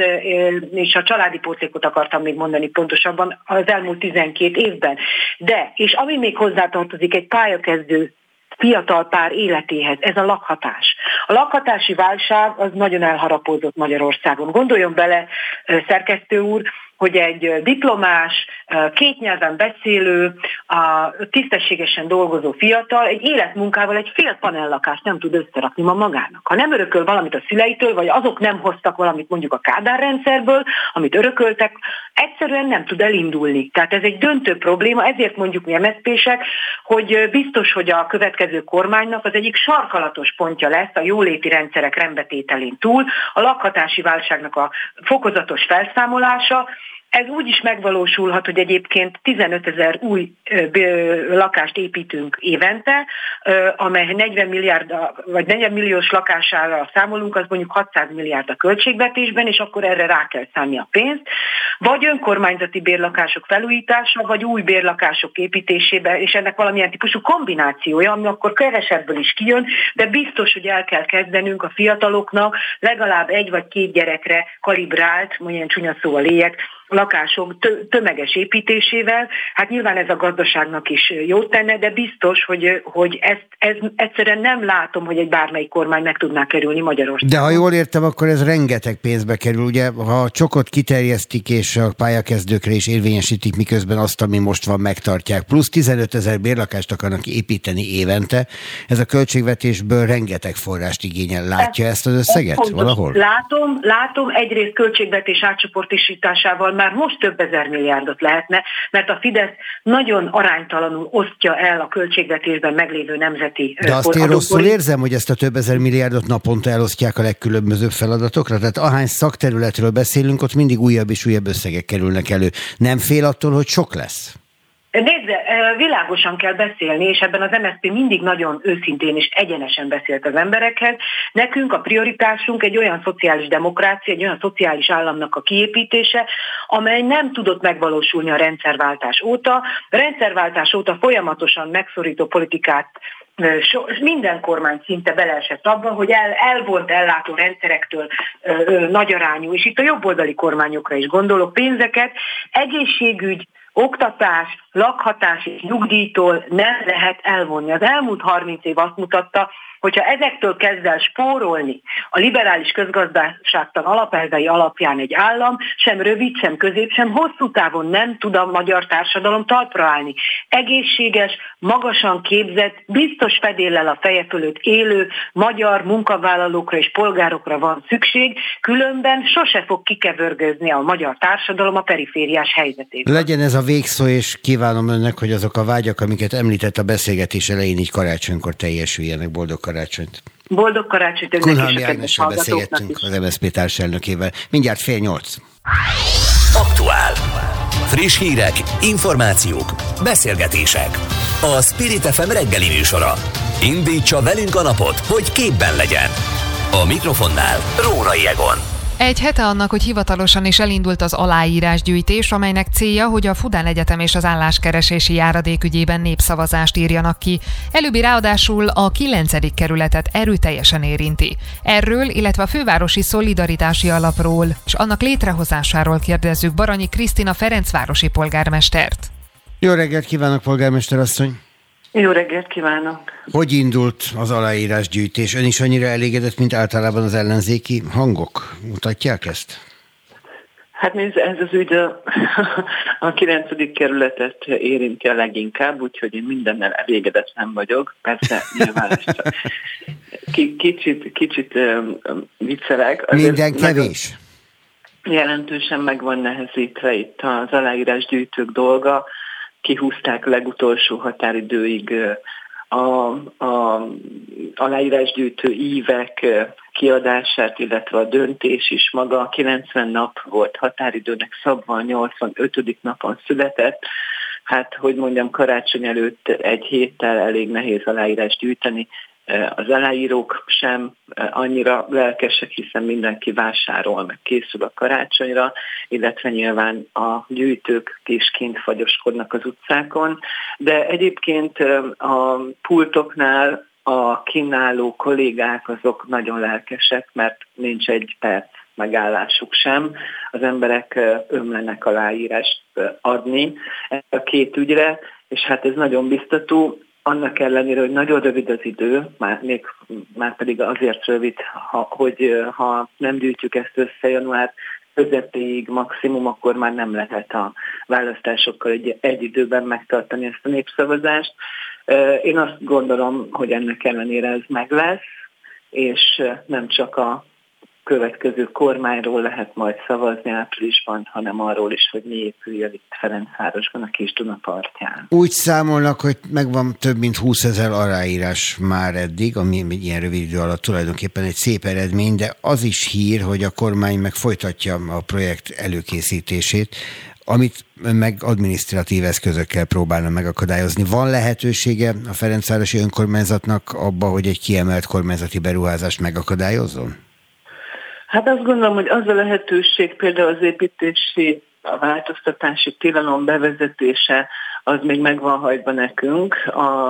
és a családi pótlékot akar akartam még mondani pontosabban az elmúlt tizenkét évben. De, és ami még hozzátartozik egy pályakezdő fiatal pár életéhez, ez a lakhatás. A lakhatási válság az nagyon elharapódzott Magyarországon. Gondoljon bele, szerkesztő úr, hogy egy diplomás, két nyelven beszélő, tisztességesen dolgozó fiatal egy életmunkával egy fél panellakást nem tud összerakni ma magának. Ha nem örököl valamit a szüleitől, vagy azok nem hoztak valamit mondjuk a Kádár rendszerből, amit örököltek, egyszerűen nem tud elindulni. Tehát ez egy döntő probléma, ezért mondjuk mi em es zé pések, hogy biztos, hogy a következő kormánynak az egyik sarkalatos pontja lesz a jóléti rendszerek rendbetételén túl, a lakhatási válságnak a fokozatos felszámolása. Ez úgy is megvalósulhat, hogy egyébként tizenötezer új ö, lakást építünk évente, ö, amely negyven milliárd vagy negyven milliós lakására számolunk, az mondjuk hatszáz milliárd a költségvetésben, és akkor erre rá kell szállni a pénzt. Vagy önkormányzati bérlakások felújítása, vagy új bérlakások építésébe, és ennek valamilyen típusú kombinációja, ami akkor kevesebből is kijön, de biztos, hogy el kell kezdenünk a fiataloknak legalább egy vagy két gyerekre kalibrált, mondjuk csúnya szóval éljek, lakások tömeges építésével. Hát nyilván ez a gazdaságnak is jót tenne, de biztos, hogy, hogy ezt, ez egyszerűen nem látom, hogy egy bármelyik kormány meg tudná kerülni Magyarországon. De ha jól értem, akkor ez rengeteg pénzbe kerül. Ugye, ha a csokot kiterjesztik és a pályakezdőkre is érvényesítik, miközben azt, ami most van, megtartják. Plusz tizenötezer bérlakást akarnak építeni évente. Ez a költségvetésből rengeteg forrást igényel. Látja ezt, ezt az összeget ezt valahol? Látom, látom, egyrészt költségvetés átcsoportosításával már most több ezer milliárdot lehetne, mert a Fidesz nagyon aránytalanul osztja el a költségvetésben meglévő nemzeti... De azt én rosszul érzem, hogy ezt a több ezer milliárdot naponta elosztják a legkülönbözőbb feladatokra? Tehát ahány szakterületről beszélünk, ott mindig újabb és újabb összegek kerülnek elő. Nem fél attól, hogy sok lesz? Nézze, világosan kell beszélni, és ebben az em es zé pé mindig nagyon őszintén és egyenesen beszélt az emberekhez. Nekünk a prioritásunk egy olyan szociális demokrácia, egy olyan szociális államnak a kiépítése, amely nem tudott megvalósulni a rendszerváltás óta. A rendszerváltás óta folyamatosan megszorító politikát minden kormány szinte beleesett abban, hogy el, elvont ellátó rendszerektől ö, ö, nagyarányú, és itt a jobboldali kormányokra is gondolok, pénzeket, egészségügy, oktatás, lakhatás és nyugdíjtól nem lehet elvonni. Az elmúlt harminc év azt mutatta, hogyha ezektől kezd el spórolni a liberális közgazdaságtan alapelvei alapján egy állam, sem rövid, sem közép, sem hosszú távon nem tud a magyar társadalom talpra állni. Egészséges, magasan képzett, biztos fedéllel a feje fölött élő magyar munkavállalókra és polgárokra van szükség, különben sose fog kikevörgözni a magyar társadalom a perifériás helyzetében. Legyen ez a végszó, és kívánom önnek, hogy azok a vágyak, amiket említett a beszélgetés elején, így karácsonykor teljesüljenek. Boldog karácsonyt! Boldog karácsonyt önnek és a kedves hallgatóknak is. Az em es zé pé társelnökével. Mindjárt fél nyolc. Aktuál. Friss hírek, információk, beszélgetések. A Spirit ef em reggeli műsora. Indítsa velünk a napot, hogy képben legyen. A mikrofonnál Rórai Egon. Egy hete annak, hogy hivatalosan is elindult az aláírásgyűjtés, amelynek célja, hogy a Fudán Egyetem és az álláskeresési járadék ügyében népszavazást írjanak ki. Előbbi ráadásul a kilencedik kerületet erőteljesen érinti. Erről, illetve a fővárosi szolidaritási alapról és annak létrehozásáról kérdezzük Baranyi Krisztina ferencvárosi polgármestert. Jó reggelt kívánok, polgármester asszony! Jó reggelt kívánok! Hogy indult az aláírásgyűjtés? Ön is annyira elégedett, mint általában az ellenzéki hangok? Mutatják ezt? Hát nézd, ez az ügy a, a kilencedik kerületet érinti a leginkább, úgyhogy én mindennel elégedett nem vagyok. Persze, nyilván ez csak kicsit, kicsit viccelek. Minden kevés? Jelentősen meg van nehezítve itt az aláírásgyűjtők dolga. Kihúzták legutolsó határidőig a, a aláírásgyűjtő ívek kiadását, illetve a döntés is maga. kilencven nap volt határidőnek szabva, a nyolcvanötödik napon született. Hát, hogy mondjam, karácsony előtt egy héttel elég nehéz aláírást gyűjteni. Az aláírók sem annyira lelkesek, hiszen mindenki vásárol, meg készül a karácsonyra, illetve nyilván a gyűjtők is kint fagyoskodnak az utcákon. De egyébként a pultoknál a kínáló kollégák azok nagyon lelkesek, mert nincs egy perc megállásuk sem. Az emberek ömlenek aláírást adni a két ügyre, és hát ez nagyon biztató. Annak ellenére, hogy nagyon rövid az idő, már, még, már pedig azért rövid, ha, hogy ha nem gyűjtjük ezt össze január közepéig maximum, akkor már nem lehet a választásokkal egy, egy időben megtartani ezt a népszavazást. Én azt gondolom, hogy ennek ellenére ez meg lesz, és nem csak a következő kormányról lehet majd szavazni áprilisban, hanem arról is, hogy mi épüljön itt Ferencvárosban, a Kis-Duna partján. Úgy számolnak, hogy megvan több mint húszezer aláírás már eddig, ami ilyen rövid idő alatt tulajdonképpen egy szép eredmény, de az is hír, hogy a kormány meg folytatja a projekt előkészítését, amit meg adminisztratív eszközökkel próbálna megakadályozni. Van lehetősége a Ferencvárosi önkormányzatnak abba, hogy egy kiemelt kormányzati beruházást megakadályozzon? Hát azt gondolom, hogy az a lehetőség, például az építési, a változtatási tilalom bevezetése, az még meg van hagyva nekünk a,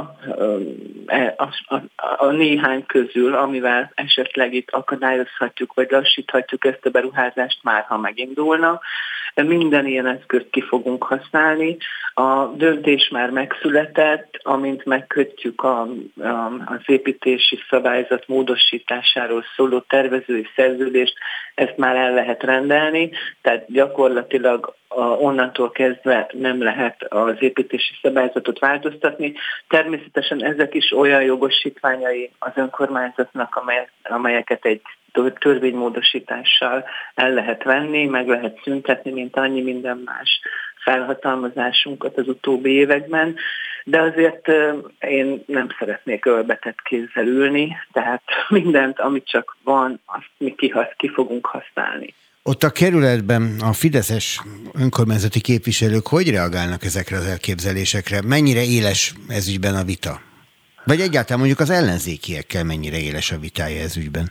a, a, a néhány közül, amivel esetleg itt akadályozhatjuk, vagy lassíthatjuk ezt a beruházást már, ha megindulna. Minden ilyen eszközt ki fogunk használni. A döntés már megszületett, amint megkötjük a, a, az építési szabályzat módosításáról szóló tervezői szerződést, ezt már el lehet rendelni, tehát gyakorlatilag a, onnantól kezdve nem lehet az építési szabályzatot változtatni. Természetesen ezek is olyan jogosítványai az önkormányzatnak, amelyek, amelyeket egy törvénymódosítással el lehet venni, meg lehet szüntetni, mint annyi minden más felhatalmazásunkat az utóbbi években, de azért én nem szeretnék ölbetett kézzel ülni, tehát mindent, amit csak van, azt mi kihasz, ki fogunk használni. Ott a kerületben a fideszes önkormányzati képviselők hogy reagálnak ezekre az elképzelésekre? Mennyire éles ez ügyben a vita? Vagy egyáltalán mondjuk az ellenzékiekkel mennyire éles a vitája ez ügyben?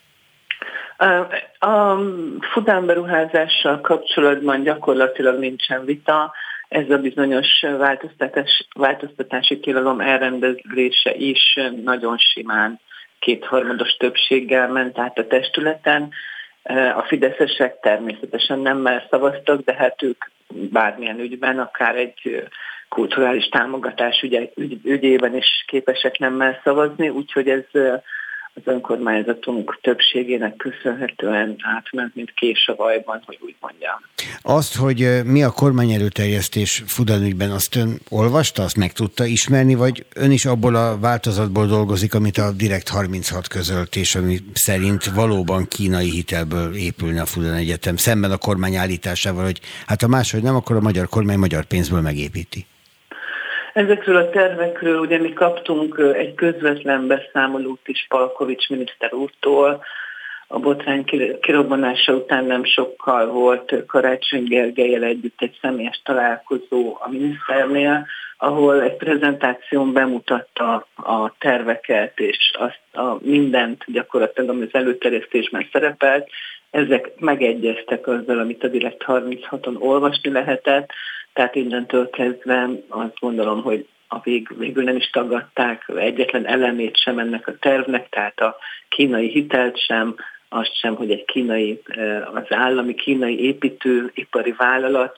A Fudán beruházással kapcsolatban gyakorlatilag nincsen vita. Ez a bizonyos változtatás, változtatási tilalom elrendelése is nagyon simán kétharmados többséggel ment át a testületen. A fideszesek természetesen nem szavaztak, de hát ők bármilyen ügyben, akár egy kulturális támogatás ügy, ügy, ügyében is képesek nemmel szavazni, úgyhogy ez az önkormányzatunk többségének köszönhetően átment, mint kés a vajban, hogy úgy mondjam. Azt, hogy mi a kormány előterjesztés Fudán ügyben, azt ön olvasta, azt meg tudta ismerni, vagy ön is abból a változatból dolgozik, amit a Direkt harminchat közölt, és ami szerint valóban kínai hitelből épülne a Fudán Egyetem, szemben a kormány állításával, hogy hát ha máshogy nem, akkor a magyar kormány magyar pénzből megépíti. Ezekről a tervekről ugye mi kaptunk egy közvetlen beszámolót is Palkovics miniszter úrtól, a botrány kirobbanása után nem sokkal volt Karácsony Gergellyel együtt egy személyes találkozó a miniszternél, ahol egy prezentáción bemutatta a terveket, és azt a mindent gyakorlatilag, ami az előterjesztésben szerepelt, ezek megegyeztek azzal, amit a Direkt harminchaton olvasni lehetett, tehát innentől kezdve azt gondolom, hogy a vég, végül nem is tagadták egyetlen elemét sem ennek a tervnek, tehát a kínai hitelt sem, azt sem, hogy egy kínai, az állami kínai építőipari vállalat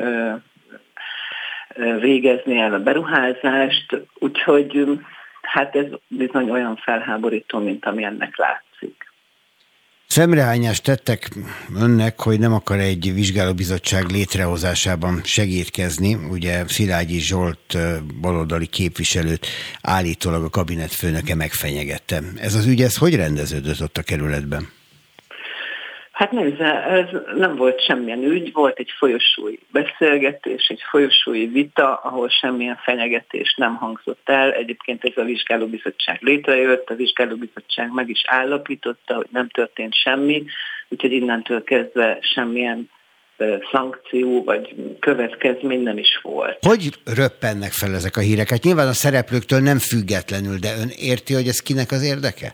végezni el a beruházást, úgyhogy hát ez bizony olyan felháborító, mint ami ennek látszik. Szemrehányást tettek önnek, hogy nem akar egy vizsgálóbizottság létrehozásában segítkezni. Ugye Szilágyi Zsolt baloldali képviselőt állítólag a kabinetfőnöke megfenyegette. Ez az ügy, ez hogy rendeződött ott a kerületben? Hát nézze, ez nem volt semmilyen ügy, volt egy folyosói beszélgetés, egy folyosói vita, ahol semmilyen fenyegetés nem hangzott el. Egyébként ez a vizsgálóbizottság létrejött, a vizsgálóbizottság meg is állapította, hogy nem történt semmi, úgyhogy innentől kezdve semmilyen szankció vagy következmény nem is volt. Hogy röppennek fel ezek a hírek? Hát nyilván a szereplőktől nem függetlenül, de ön érti, hogy ez kinek az érdeke?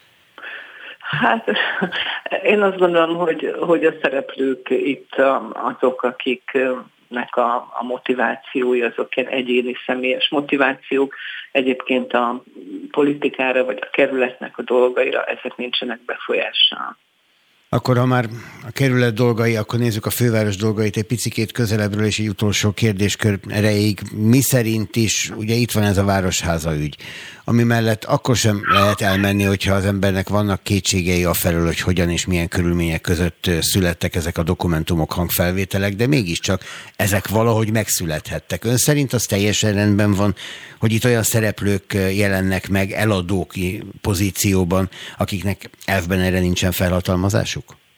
Hát én azt gondolom, hogy, hogy a szereplők itt azok, akiknek a, a motivációi, azok ilyen egyéni személyes motivációk. Egyébként a politikára vagy a kerületnek a dolgaira ezek nincsenek befolyással. Akkor ha már a kerület dolgai, akkor nézzük a főváros dolgait egy picikét közelebbről, és egy utolsó kérdéskör erejéig. Mi szerint is, ugye itt van ez a Városháza ügy, ami mellett akkor sem lehet elmenni, hogyha az embernek vannak kétségei afelől, hogy hogyan és milyen körülmények között születtek ezek a dokumentumok, hangfelvételek, de mégiscsak ezek valahogy megszülethettek. Ön szerint az teljesen rendben van, hogy itt olyan szereplők jelennek meg eladóki pozícióban, akiknek elfben erre nincsen felhatalmazásuk?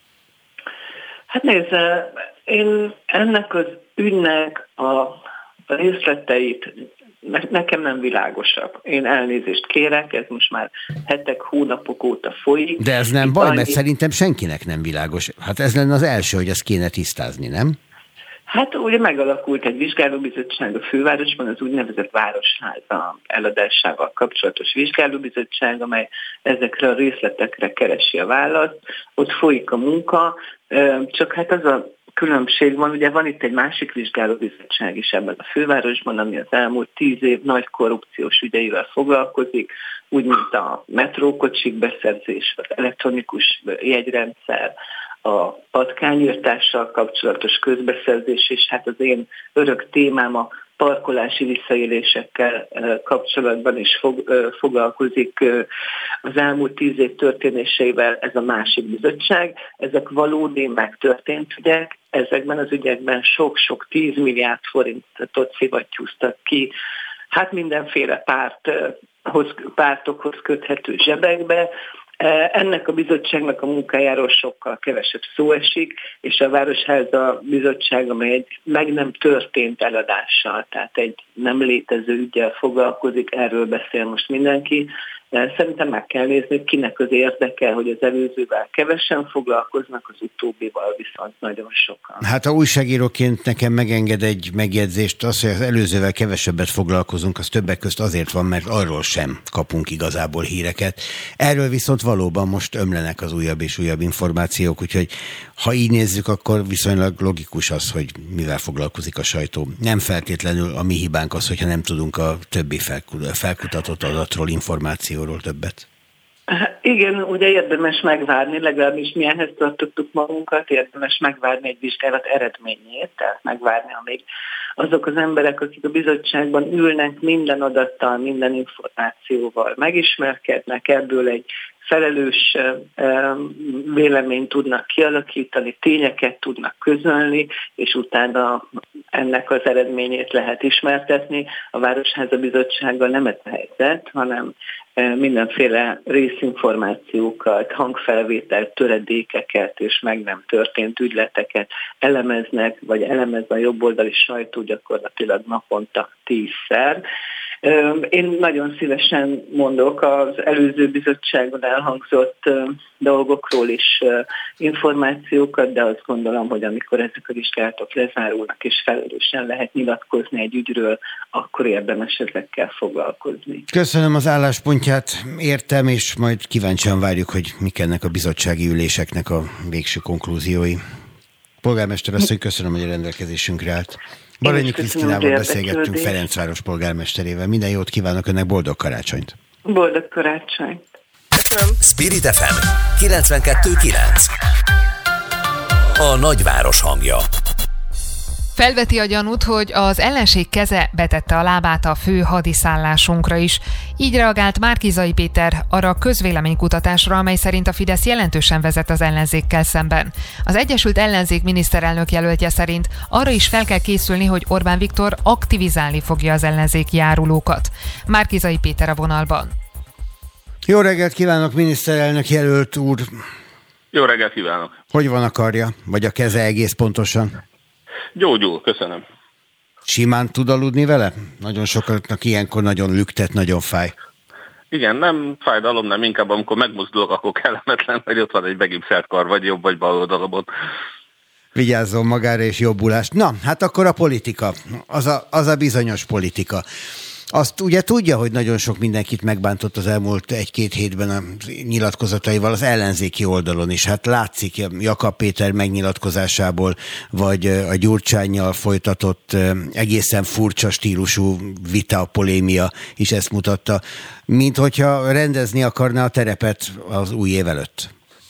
Hát nézze, én ennek az ügynek a részleteit nekem nem világosabb. Én elnézést kérek, ez most már hetek, hónapok óta folyik. De ez nem baj, mert szerintem senkinek nem világos. Hát ez lenne az első, hogy ezt kéne tisztázni, nem? Hát ugye megalakult egy vizsgálóbizottság a fővárosban, az úgynevezett Városháza eladásával kapcsolatos vizsgálóbizottság, amely ezekre a részletekre keresi a választ. Ott folyik a munka, csak hát az a különbség van, ugye van itt egy másik vizsgálóbizottság is ebben a fővárosban, ami az elmúlt tíz év nagy korrupciós ügyeivel foglalkozik, úgy, mint a metrókocsik beszerzés, az elektronikus jegyrendszer, a patkányírtással kapcsolatos közbeszerzés, és hát az én örök témám a parkolási visszaélésekkel kapcsolatban is fog, foglalkozik az elmúlt tíz év történéseivel ez a másik bizottság. Ezek valódi megtörtént ügyek, ezekben az ügyekben sok-sok tíz milliárd forintot szivattyúztak ki, hát mindenféle párthoz, pártokhoz köthető zsebekbe. Ennek a bizottságnak a munkájáról sokkal kevesebb szó esik, és a Városháza bizottság, amely egy meg nem történt eladással, tehát egy nem létező üggyel foglalkozik, erről beszél most mindenki. Szerintem meg kell nézni, kinek az érdeke, hogy az előzővel kevesen foglalkoznak, az utóbbival viszont nagyon sokan. Hát ha újságíróként nekem megenged egy megjegyzést, az, hogy az előzővel kevesebbet foglalkozunk, az többek közt azért van, mert arról sem kapunk igazából híreket. Erről viszont valóban most ömlenek az újabb és újabb információk, úgyhogy ha így nézzük, akkor viszonylag logikus az, hogy mivel foglalkozik a sajtó. Nem feltétlenül a mi hibánk az, hogyha nem tudunk a többi felkutatott adatról, információról többet. Igen, ugye érdemes megvárni, legalábbis mi ehhez tartottuk magunkat, érdemes megvárni egy vizsgálat eredményét, tehát megvárni, amíg azok az emberek, akik a bizottságban ülnek, minden adattal, minden információval megismerkednek, ebből egy felelős véleményt tudnak kialakítani, tényeket tudnak közölni, és utána ennek az eredményét lehet ismertetni. A Városháza bizottsággal nem ez a helyzet, hanem mindenféle részinformációkat, hangfelvételt, töredékeket és meg nem történt ügyleteket elemeznek, vagy elemez a jobboldali sajtó gyakorlatilag naponta tízszer. Én nagyon szívesen mondok az előző bizottságon elhangzott dolgokról is információkat, de azt gondolom, hogy amikor ezek a vizsgálatok lezárulnak és felelősen lehet nyilatkozni egy ügyről, akkor érdemes ezekkel foglalkozni. Köszönöm az álláspontját, értem, és majd kíváncsian várjuk, hogy mik ennek a bizottsági üléseknek a végső konklúziói. Polgármester asszony, köszönöm, hogy a rendelkezésünkre állt. Baranyi Krisztinával beszélgettünk, Ferencváros polgármesterével. Minden jót kívánok önnek, boldog karácsonyt! Boldog karácsonyt! Spirit ef em kilencvenkettő kilenc. A nagyváros hangja. Felveti a gyanút, hogy az ellenség keze betette a lábát a fő hadiszállásunkra is. Így reagált Márki-Zay Péter arra a közvéleménykutatásra, amely szerint a Fidesz jelentősen vezet az ellenzékkel szemben. Az Egyesült Ellenzék miniszterelnök jelöltje szerint arra is fel kell készülni, hogy Orbán Viktor aktivizálni fogja az ellenzéki járulókat. Márki-Zay Péter a vonalban. Jó reggelt kívánok, miniszterelnök jelölt úr! Jó reggelt kívánok! Hogy van a karja, vagy a keze egész pontosan? Gyógyul, köszönöm. Simán tud aludni vele? Nagyon sokaknak ilyenkor nagyon lüktet, nagyon fáj. Igen, nem fájdalom, nem, inkább amikor megmozdulok, akkor kellemetlen, hogy ott van egy begipszelt kar, vagy jobb, vagy bal oldalabon. Vigyázzon magára és jobbulást. Na, hát akkor a politika, az a, az a bizonyos politika. Azt ugye tudja, hogy nagyon sok mindenkit megbántott az elmúlt egy-két hétben a nyilatkozataival az ellenzéki oldalon is. Hát látszik Jakab Péter megnyilatkozásából, vagy a Gyurcsánnyal folytatott egészen furcsa stílusú vita, polémia is ezt mutatta, mint hogyha rendezni akarná a terepet az új év előtt.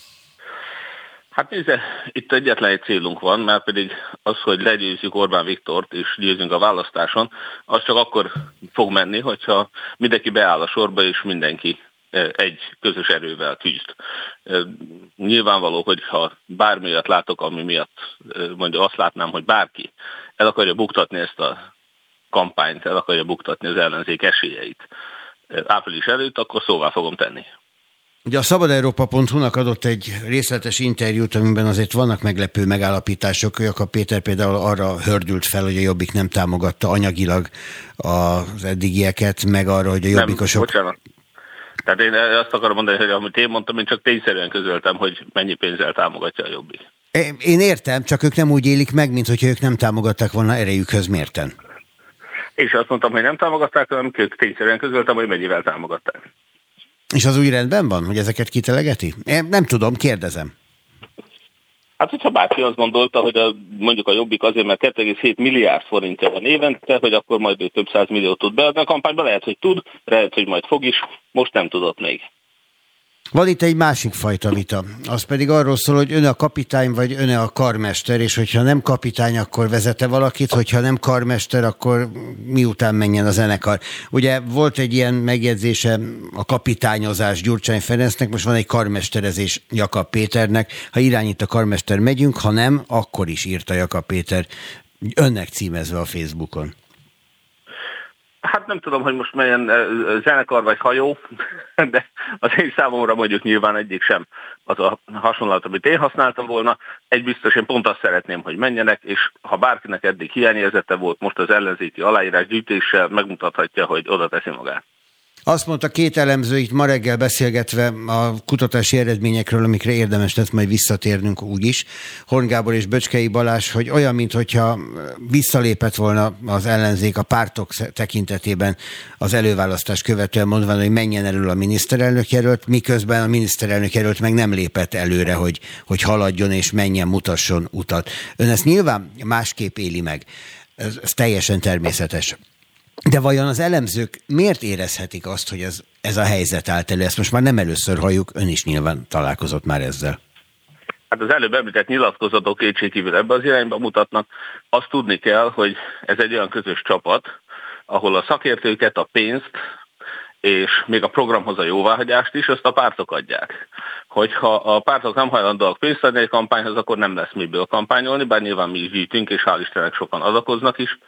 Hát nézze, itt egyetlen egy célunk van, mert pedig az, hogy legyőzzük Orbán Viktort és győzünk a választáson, az csak akkor fog menni, hogyha mindenki beáll a sorba és mindenki egy közös erővel küzd. Nyilvánvaló, hogy ha bármilyet látok, ami miatt mondja azt látnám, hogy bárki el akarja buktatni ezt a kampányt, el akarja buktatni az ellenzék esélyeit április előtt, akkor szóvá fogom tenni. Ugye a szabad európa pont hu-nak adott egy részletes interjút, amiben azért vannak meglepő megállapítások. Jakab Péter például arra hördült fel, hogy a Jobbik nem támogatta anyagilag az eddigieket, meg arra, hogy a Jobbikosok... Nem, bocsánat. Tehát én azt akarom mondani, hogy amit én mondtam, én csak tényszerűen közöltem, hogy mennyi pénzzel támogatja a Jobbik. Én értem, csak ők nem úgy élik meg, mint hogyha ők nem támogatták volna erejükhöz mérten. És azt mondtam, hogy nem támogatták, hanem ők tényszerűen közöltem, hogy mennyivel támogatták. És az úgy rendben van, hogy ezeket kitelegeti? Én nem tudom, kérdezem. Hát, hogyha bárki azt gondolta, hogy a, mondjuk a Jobbik azért, mert kettő egész hét milliárd forintja van évente, hogy akkor majd ő több száz milliót tud beadni a kampányba, lehet, hogy tud, lehet, hogy majd fog is, most nem tudott még. Van itt egy másik fajta vita, az pedig arról szól, hogy ön a kapitány, vagy ön a karmester, és hogyha nem kapitány, akkor vezete valakit, hogyha nem karmester, akkor miután menjen a zenekar. Ugye volt egy ilyen megjegyzése a kapitányozás Gyurcsány Ferencnek, most van egy karmesterezés Jakab Péternek. Ha irányít a karmester, megyünk, ha nem, akkor is írta Jakab Péter, önnek címezve a Facebookon. Hát nem tudom, hogy most melyen zenekar vagy hajó, de az én számomra mondjuk nyilván egyik sem az a hasonlat, amit én használtam volna. Egy biztos, én pont azt szeretném, hogy menjenek, és ha bárkinek eddig hiányérzete volt, most az ellenzéki aláírás gyűjtéssel megmutathatja, hogy oda teszi magát. Azt mondta két elemző itt ma reggel beszélgetve a kutatási eredményekről, amikre érdemes lesz majd visszatérnünk úgyis, Horn Gábor és Böcskei Balázs, hogy olyan, mintha visszalépett volna az ellenzék a pártok tekintetében az előválasztás követően, mondván, hogy menjen elől a miniszterelnök jelölt, miközben a miniszterelnök jelölt meg nem lépett előre, hogy, hogy haladjon és menjen, mutasson utat. Ön ezt nyilván másképp éli meg. Ez, ez teljesen természetes. De vajon az elemzők miért érezhetik azt, hogy ez, ez a helyzet állt elő? Ezt most már nem először halljuk, ön is nyilván találkozott már ezzel. Hát az előbb említett nyilatkozatok kétségkívül ebbe az irányba mutatnak. Azt tudni kell, hogy ez egy olyan közös csapat, ahol a szakértőket, a pénzt és még a programhoz a jóváhagyást is, azt a pártok adják. Hogyha a pártok nem hajlandóak pénzt adni egy kampányhoz, akkor nem lesz miből kampányolni, bár nyilván mi is gyűjtünk, és hál' Istennek sokan adakoznak is.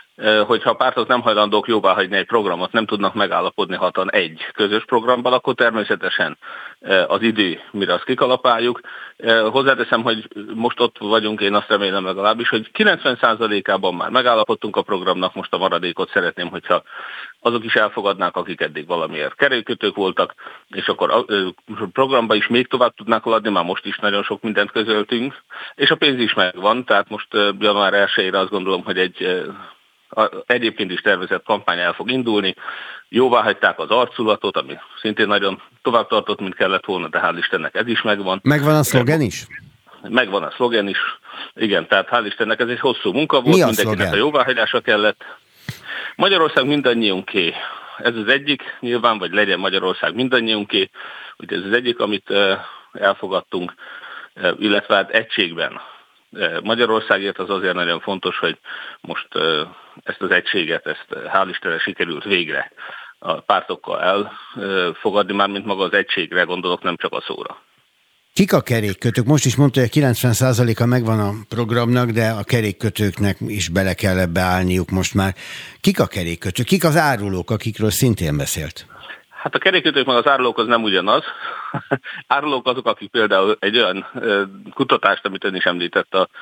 hogyha a pártok nem hajlandók jóvá hagyni egy programot, nem tudnak megállapodni hatan egy közös programban, akkor természetesen az idő, mire azt kikalapáljuk. Hozzáteszem, hogy most ott vagyunk, én azt remélem legalábbis, hogy kilencven százalékában már megállapodtunk a programnak, most a maradékot szeretném, hogyha azok is elfogadnák, akik eddig valamiért kerékkötők voltak, és akkor a programba is még tovább tudnák adni, már most is nagyon sok mindent közöltünk, és a pénz is megvan, tehát most január elsejére azt gondolom, hogy egy egyébként is tervezett kampány el fog indulni. Jóvá hagyták az arculatot, ami szintén nagyon tovább tartott, mint kellett volna, de hál' Istennek ez is megvan. Megvan a szlogen is? Megvan a szlogen is. Igen, tehát hál' Istennek ez egy hosszú munka volt, mindenkinek szlogen? A jóváhagyása kellett. Magyarország mindannyiunké. Ez az egyik, nyilván, vagy legyen Magyarország mindannyiunké. Ugye ez az egyik, amit elfogadtunk, illetve hát egységben. Magyarországért az azért nagyon fontos, hogy most ezt az egységet, ezt hál' Istennek sikerült végre a pártokkal elfogadni, mármint maga az egységre gondolok, nem csak a szóra. Kik a kerékkötők? Most is mondta, hogy a kilencven százaléka megvan a programnak, de a kerékkötőknek is bele kell ebbe állniuk most már. Kik a kerékkötők? Kik az árulók, akikről szintén beszélt? Hát a kerékkötők meg az árulók az nem ugyanaz. Árulók azok, akik például egy olyan kutatást, amit ön is említett a,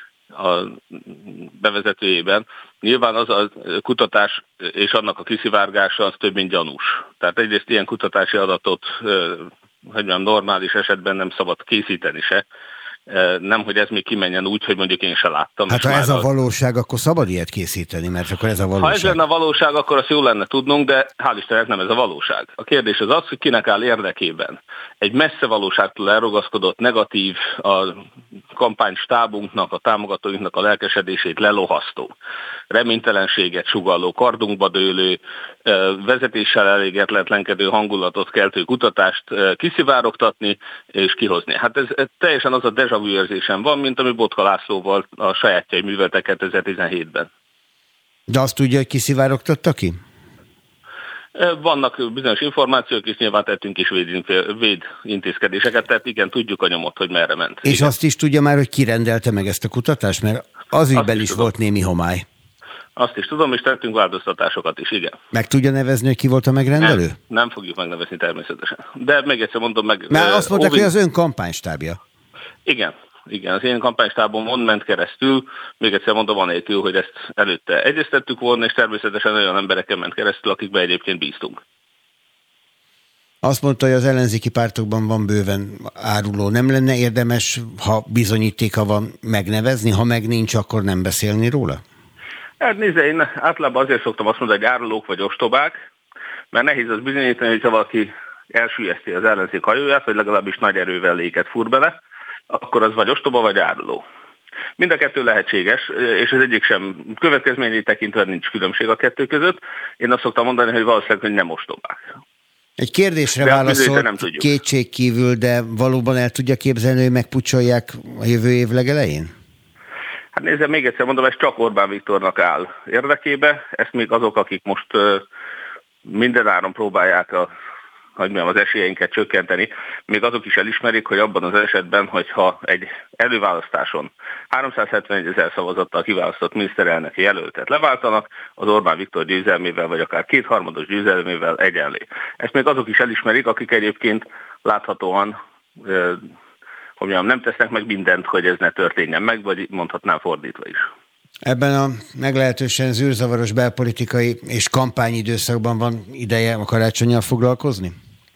a bevezetőjében, nyilván az a kutatás és annak a kiszivárgása az több, mint gyanús. Tehát egyrészt ilyen kutatási adatot, hogy mondjam, normális esetben nem szabad készíteni se. Nem, hogy ez még kimenjen úgy, hogy mondjuk én se láttam. Hát ha ez a valóság, akkor szabad ilyet készíteni, mert akkor ez a valóság. Ha ez lenne a valóság, akkor azt jó lenne tudnunk, de hál' Istennek nem ez a valóság. A kérdés az az, hogy kinek áll érdekében. Egy messze valóságtól elrugaszkodott negatív, a kampánystábunknak, a támogatóinknak a lelkesedését lelohasztó, reménytelenséget sugalló, kardunkba dőlő, vezetéssel elégedetlenkedő hangulatot keltő kutatást kiszivárogtatni és kihozni. Hát ez, ez teljesen az a déjà vu érzésem van, mint ami Botka Lászlóval a sajátjai műveltek kétezer-tizenhétben. De azt tudja, hogy kiszivárogtatta ki? Vannak bizonyos információk, és nyilván tettünk is véd, véd intézkedéseket, tehát igen, tudjuk a nyomot, hogy merre ment. És igen. Azt is tudja már, hogy ki rendelte meg ezt a kutatást, mert az ügyben is, is volt némi homály. Azt is tudom, és tettünk változtatásokat is, igen. Meg tudja nevezni, hogy ki volt a megrendelő? Nem, nem fogjuk megnevezni természetesen. De még egyszer mondom meg... Mert azt mondták, óvin... hogy az ön kampánystábja. Igen. Igen, az én kampánystábon ment keresztül, még egyszer mondom, anélkül, hogy ezt előtte egyeztettük volna, és természetesen olyan embereken ment keresztül, akikbe egyébként bíztunk. Azt mondta, hogy az ellenzéki pártokban van bőven áruló. Nem lenne érdemes, ha bizonyítéka van, megnevezni, ha meg nincs, akkor nem beszélni róla? Hát nézze, én általában azért szoktam azt mondani, hogy árulók vagy ostobák, mert nehéz az bizonyítani, hogyha valaki elsüllyeszti az ellenzék hajóját, vagy legalábbis nagy erővel léket fúr bele, akkor az vagy ostoba, vagy áruló. Mind a kettő lehetséges, és az egyik sem következményét tekintve nincs különbség a kettő között. Én azt szoktam mondani, hogy valószínűleg, hogy nem ostobák. Egy kérdésre válaszolt kétségkívül, de valóban el tudja képzelni, hogy megpucsolják a jövő év legelején? Hát nézze, még egyszer mondom, ez csak Orbán Viktornak áll érdekébe. Ezt még azok, akik most mindenáron próbálják a hogy mondjam, az esélyeinket csökkenteni, még azok is elismerik, hogy abban az esetben, hogyha egy előválasztáson háromszázhetvenegy ezer szavazattal kiválasztott miniszterelnöki jelöltet leváltanak, az Orbán Viktor győzelmével, vagy akár kétharmados győzelmével egyenlé. Ezt még azok is elismerik, akik egyébként láthatóan hogy mondjam, nem tesznek meg mindent, hogy ez ne történjen meg, vagy mondhatnám fordítva is. Ebben a meglehetősen zűrzavaros belpolitikai és kampányidőszakban van ideje a karácsonnyal foglalkozni?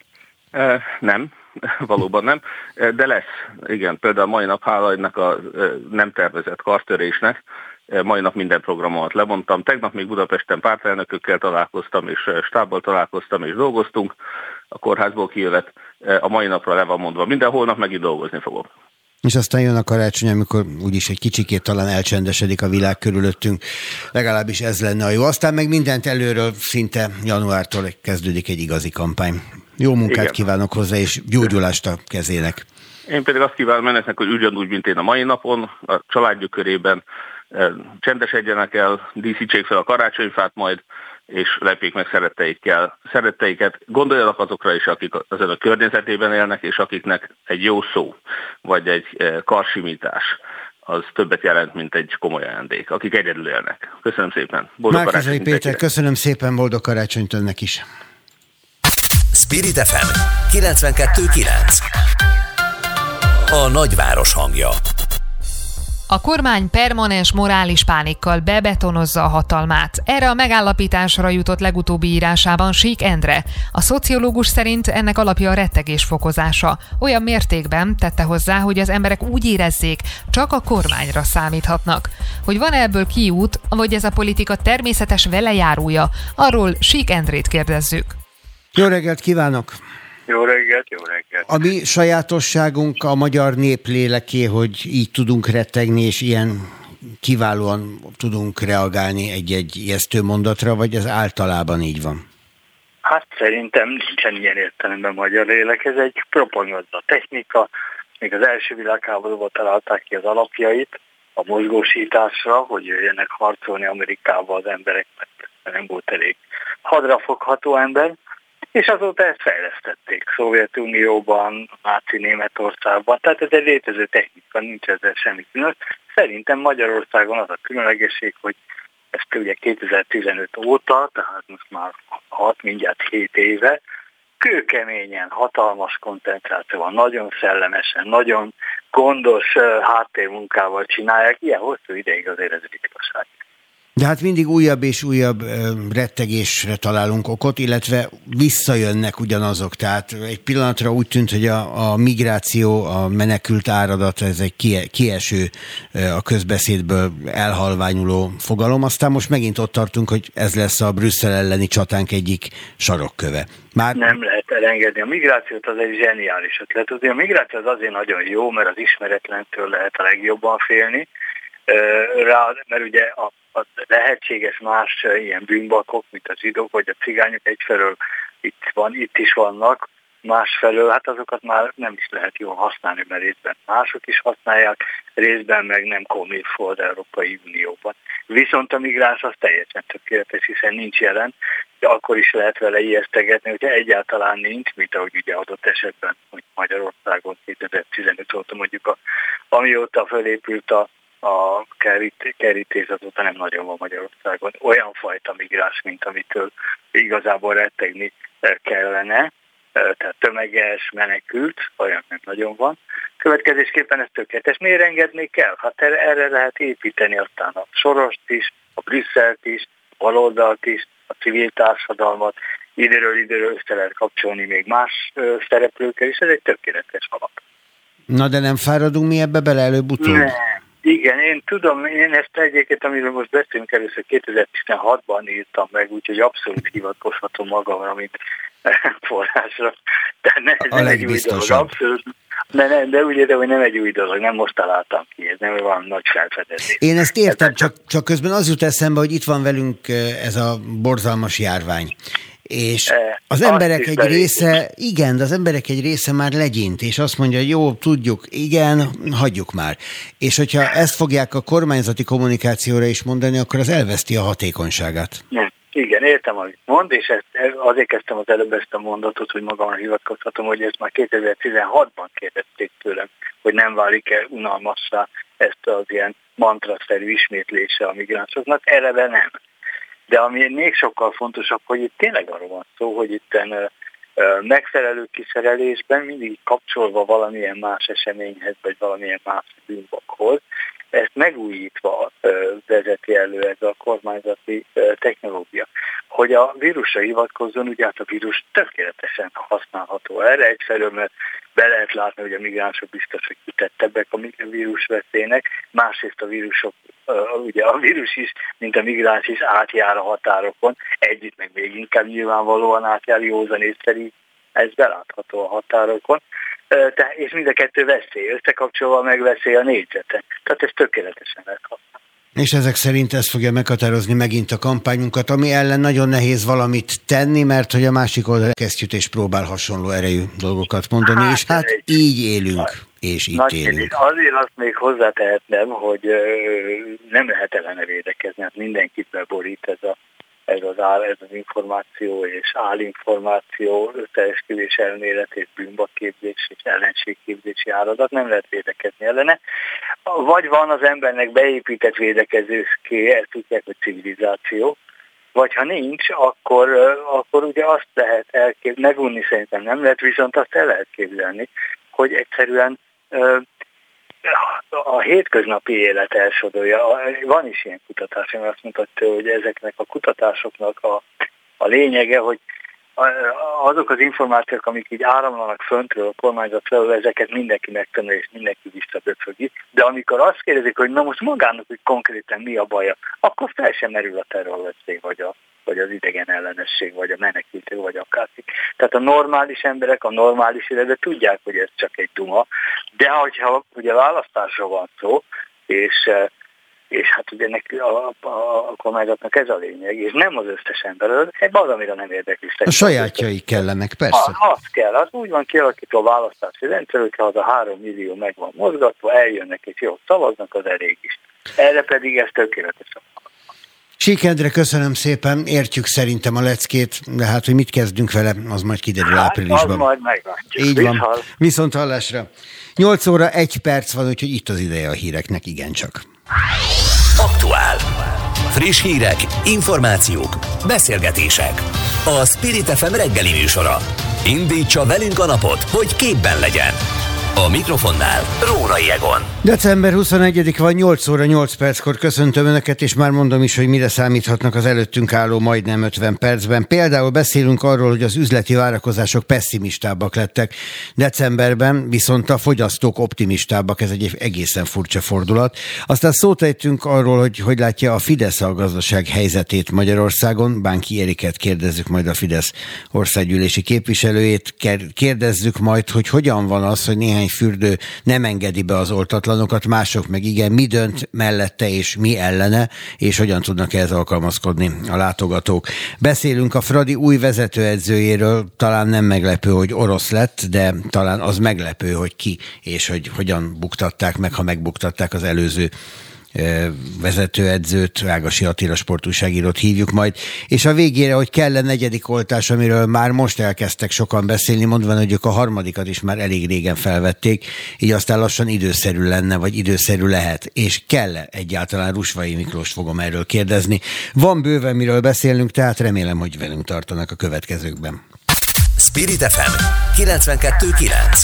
E, nem, valóban nem, de lesz. Igen, például mai nap hála ennek a nem tervezett kartörésnek, mai nap minden programomat lebontam. Tegnap még Budapesten pártelnökökkel találkoztam, és stábbal találkoztam, és dolgoztunk. A kórházból kijövet, a mai napra le van mondva. Minden holnap megint dolgozni fogok. És aztán jön a karácsony, amikor úgyis egy kicsikét talán elcsendesedik a világ körülöttünk. Legalábbis ez lenne a jó. Aztán meg mindent előről szinte januártól kezdődik egy igazi kampány. Jó munkát Igen. kívánok hozzá, és gyógyulást a kezének. Én pedig azt kívánom önöknek, hogy ugyanúgy, mint én a mai napon, a családjuk körében csendesedjenek el, díszítsék fel a karácsonyfát majd, és lepjék meg szeretteikkel, szeretteiket. Gondoljanak azokra is, akik az önök környezetében élnek, és akiknek egy jó szó, vagy egy karsimítás, az többet jelent, mint egy komoly ajándék, akik egyedül élnek. Köszönöm szépen. Boldog Márki-Zay Péter, köszönöm szépen, boldog karácsonyt önnek is. Spirit ef em kilencvenkettő kilenc. A nagyváros hangja. A kormány permanens morális pánikkal bebetonozza a hatalmát. Erre a megállapításra jutott legutóbbi írásában Sík Endre. A szociológus szerint ennek alapja a rettegés fokozása. Olyan mértékben tette hozzá, hogy az emberek úgy érezzék, csak a kormányra számíthatnak. Hogy van ebből kiút, vagy ez a politika természetes velejárója, arról Sík Endrét kérdezzük. Jó reggelt kívánok! Jó reggelt, jó reggelt. A mi sajátosságunk a magyar nép léleké, hogy így tudunk rettegni, és ilyen kiválóan tudunk reagálni egy-egy ijesztő mondatra, vagy ez általában így van? Hát szerintem nincsen ilyen értelemben magyar lélek, ez egy propaganda technika, még az első világháborúban találták ki az alapjait a mozgósításra, hogy jöjjenek harcolni Amerikába az emberek, mert nem volt elég hadrafogható ember, és azóta ezt fejlesztették Szovjetunióban, náci Németországban, tehát ez egy létező technika, nincs ezzel semmi különös. Szerintem Magyarországon az a különlegesség, hogy ezt ugye kétezer-tizenöt óta, tehát most már hat, mindjárt hét éve, kőkeményen, hatalmas koncentrációval, nagyon szellemesen, nagyon gondos háttérmunkával csinálják, ilyen hosszú ideig azért ez ritkaság. De hát mindig újabb és újabb rettegésre találunk okot, illetve visszajönnek ugyanazok. Tehát egy pillanatra úgy tűnt, hogy a, a migráció, a menekült áradat, ez egy kie, kieső a közbeszédből elhalványuló fogalom. Aztán most megint ott tartunk, hogy ez lesz a Brüsszel elleni csatánk egyik sarokköve. Már... Nem lehet elengedni. A migrációt az egy zseniális ötlet. A migráció az azért nagyon jó, mert az ismeretlentől lehet a legjobban félni. Rá, mert ugye a a lehetséges más ilyen bűnbakok, mint a zsidók vagy a cigányok egyfelől itt, van, itt is vannak, másfelől, hát azokat már nem is lehet jól használni, mert részben mások is használják, részben meg nem komilfó az Európai Unióban. Viszont a migráns az teljesen tökéletes, hiszen nincs jelen, de akkor is lehet vele ijesztegetni, hogyha egyáltalán nincs, mint ahogy ugye adott esetben, hogy Magyarországon kétezer-tizenöt óta mondjuk, a, amióta felépült a a kerítés, azóta nem nagyon van Magyarországon olyan fajta migráns, mint amitől igazából rettegni kellene, tehát tömeges, menekült, olyan nem nagyon van. Következésképpen ez tökéletes. Miért engedni kell? Hát erre lehet építeni aztán a Sorost is, a Brüsszelt is, a baloldalt is, a civil társadalmat, időről időről össze lehet kapcsolni még más szereplőkkel is, ez egy tökéletes alap. Na de nem fáradunk mi ebbe bele előbb-utóbb? Ne. Igen, én tudom, én ezt egyébként, amiről most beszélünk, először kétezer-tizenhatban írtam meg, úgyhogy abszolút hivatkozhatom magamra, mint forrásra. De ne, ez nem egy új dolog, abszolút. De, ne, de úgy értem, hogy nem egy új dolog, nem most találtam ki, ez nem van nagy felfedezés. Én ezt értem, csak, csak közben az jut eszembe, hogy itt van velünk ez a borzalmas járvány. És az emberek egy része, igen, de az emberek egy része már legyint, és azt mondja, jó, tudjuk, igen, hagyjuk már. És hogyha ezt fogják a kormányzati kommunikációra is mondani, akkor az elveszti a hatékonyságát. Nem. Igen, értem, amit mond, és ezt, azért kezdtem az előbb ezt a mondatot, hogy magamra hivatkozhatom, hogy ezt már kétezer-tizenhatban kérdezték tőlem, hogy nem válik-e unalmassá ezt az ilyen mantraszerű ismétlése a migránsoknak, eleve nem. De ami még sokkal fontosabb, hogy itt tényleg arról van szó, hogy itt megfelelő kiszerelésben mindig kapcsolva valamilyen más eseményhez, vagy valamilyen más bűnbakhoz, ezt megújítva vezeti elő ez a kormányzati technológia. Hogy a vírusra hivatkozzon, ugye hát a vírus tökéletesen használható erre, egyfelől, mert be lehet látni, hogy a migránsok biztos, hogy kitettebbek a vírusveszélynek, másrészt a vírusok, ugye a vírus is, mint a migráns is átjár a határokon, együtt meg még inkább nyilvánvalóan átjár, józan észszerű, ez belátható a határokon. Te, és mind a kettő veszély, összekapcsolva meg veszély a négyzeten. Tehát ez tökéletesen lehet használni. És ezek szerint ez fogja meghatározni megint a kampányunkat, ami ellen nagyon nehéz valamit tenni, mert hogy a másik oldal kesztyűt és próbál hasonló erejű dolgokat mondani, hát, és hát egy, így élünk, nagy, és itt élünk. Azért azt még hozzátehetnem, hogy ö, nem lehet ellene védekezni, hát mindenkit beborít ez a ez az, áll, ez az információ és állinformáció, összeesküvés elmélet és bűnbakképzés és ellenségképzési áradat, nem lehet védekezni ellene. Vagy van az embernek beépített védekezőké, ezt tudják, hogy civilizáció, vagy ha nincs, akkor, akkor ugye azt lehet elképzelni, megunni szerintem nem lehet, viszont azt el lehet képzelni, hogy egyszerűen a hétköznapi élet elsodorja. Van is ilyen kutatás, ami azt mutatja, hogy ezeknek a kutatásoknak a, a lényege, hogy azok az információk, amik így áramlanak föntről, a kormányzat felől, ezeket mindenki megtanul, és mindenki visszaböfögi. De amikor azt kérdezik, hogy na most magának, hogy konkrétan mi a baja, akkor fel sem merül a terrorveszély, vagy, a, vagy az idegen ellenesség, vagy a menekültő, vagy akárki. Tehát a normális emberek a normális életben tudják, hogy ez csak egy duma, de hogyha ugye választásra van szó, és és hát ugye neki a, a, a kormányzatnak ez a lényeg, és nem az összes ember, ez az, amire nem érdekli. A sajátjai kellenek, persze. Az, az kell, az úgy van kialakítva a választási rendszer, hogyha az a három millió meg van mozgatva, eljönnek és jól szavaznak, az elég is. Erre pedig ez tökéletes. Sík Endre, köszönöm szépen, értjük szerintem a leckét, de hát, hogy mit kezdünk vele, az majd kiderül hát, áprilisban. Az majd meglátjuk. Így van. Viszont hallásra. nyolc óra egy perc van, úgyhogy itt az ideje a híreknek, igencsak. Aktuál. Friss hírek, információk, beszélgetések. A Spirit ef em reggeli műsora. Indítsa velünk a napot, hogy képben legyen. A mikrofonnál Rórai Egon. december huszonegyedike van, nyolc óra nyolc perckor köszöntöm Önöket, és már mondom is, hogy mire számíthatnak az előttünk álló majdnem ötven percben. Például beszélünk arról, hogy az üzleti várakozások pessimistábbak lettek decemberben, viszont a fogyasztók optimistábbak, ez egy egészen furcsa fordulat. Aztán szót ejtünk arról, hogy hogy látja a Fidesz a gazdaság helyzetét Magyarországon. Bánki Ériket kérdezzük majd, a Fidesz országgyűlési képviselőjét. Kérdezzük majd, hogy hogyan van az, hogy néhány fürdő nem engedi be az oltatlanokat, mások meg igen, mi dönt mellette és mi ellene, és hogyan tudnak ehhez alkalmazkodni a látogatók. Beszélünk a Fradi új vezetőedzőjéről, talán nem meglepő, hogy orosz lett, de talán az meglepő, hogy ki, és hogy hogyan buktatták meg, ha megbuktatták az előző vezetőedzőt, Ágasi Attila sportújságírót hívjuk majd, és a végére, hogy kell a negyedik oltás, amiről már most elkezdtek sokan beszélni, mondván, hogy ők a harmadikat is már elég régen felvették, így aztán lassan időszerű lenne, vagy időszerű lehet, és kell-e egyáltalán? Rusvai Miklós fogom erről kérdezni. Van bőven miről beszélnünk, tehát remélem, hogy velünk tartanak a következőkben. Spirit ef em kilencvenkettő kilenc.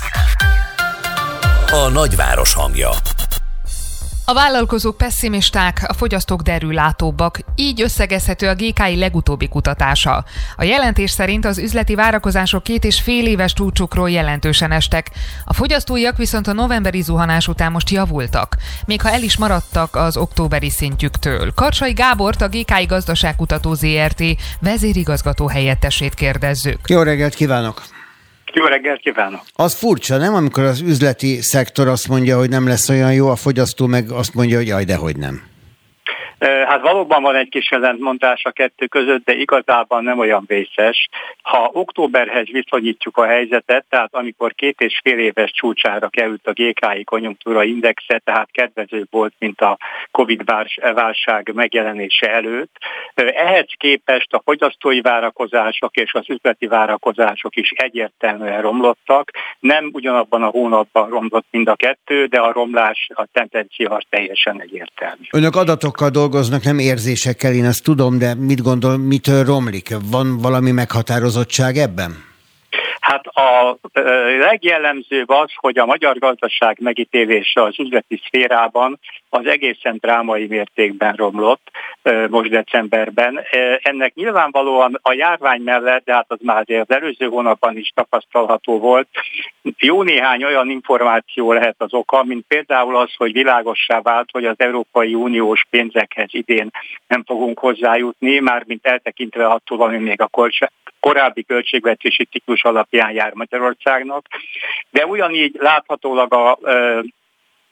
A nagyváros hangja. A vállalkozók pessimisták, a fogyasztók derűlátóbbak, így összegezhető a gé ká i legutóbbi kutatása. A jelentés szerint az üzleti várakozások két és fél éves csúcsukról jelentősen estek. A fogyasztóiak viszont a novemberi zuhanás után most javultak, még ha el is maradtak az októberi szintjüktől. Karcsai Gábort, a gé ká i Gazdaságkutató zé er té vezérigazgató helyettesét kérdezzük. Jó reggelt kívánok! Jó reggelt kívánok! Az furcsa, nem? Amikor az üzleti szektor azt mondja, hogy nem lesz olyan jó, a fogyasztó meg azt mondja, hogy jaj, dehogy nem. Hát valóban van egy kis ellentmondás a kettő között, de igazából nem olyan vészes. Ha októberhez viszonyítjuk a helyzetet, tehát amikor két és fél éves csúcsára került a gé ká i konjunktúra indexe, tehát kedvezőbb volt, mint a Covid válság megjelenése előtt. Ehhez képest a fogyasztói várakozások és az üzleti várakozások is egyértelműen romlottak. Nem ugyanabban a hónapban romlott mind a kettő, de a romlás, a tendencia teljesen egyértelmű. Önök adatokkal dolgoznak, nem érzésekkel, én ezt tudom, de mit gondol, mitől romlik? Van valami meghatározottság ebben? Hát a legjellemzőbb az, hogy a magyar gazdaság megítélése az üzleti szférában az egészen drámai mértékben romlott most decemberben. Ennek nyilvánvalóan a járvány mellett, de hát az már az előző hónapban is tapasztalható volt, jó néhány olyan információ lehet az oka, mint például az, hogy világossá vált, hogy az Európai Uniós pénzekhez idén nem fogunk hozzájutni, mármint eltekintve attól, ami még a korábbi költségvetési ciklus alapján jár Magyarországnak, de ugyanígy láthatólag a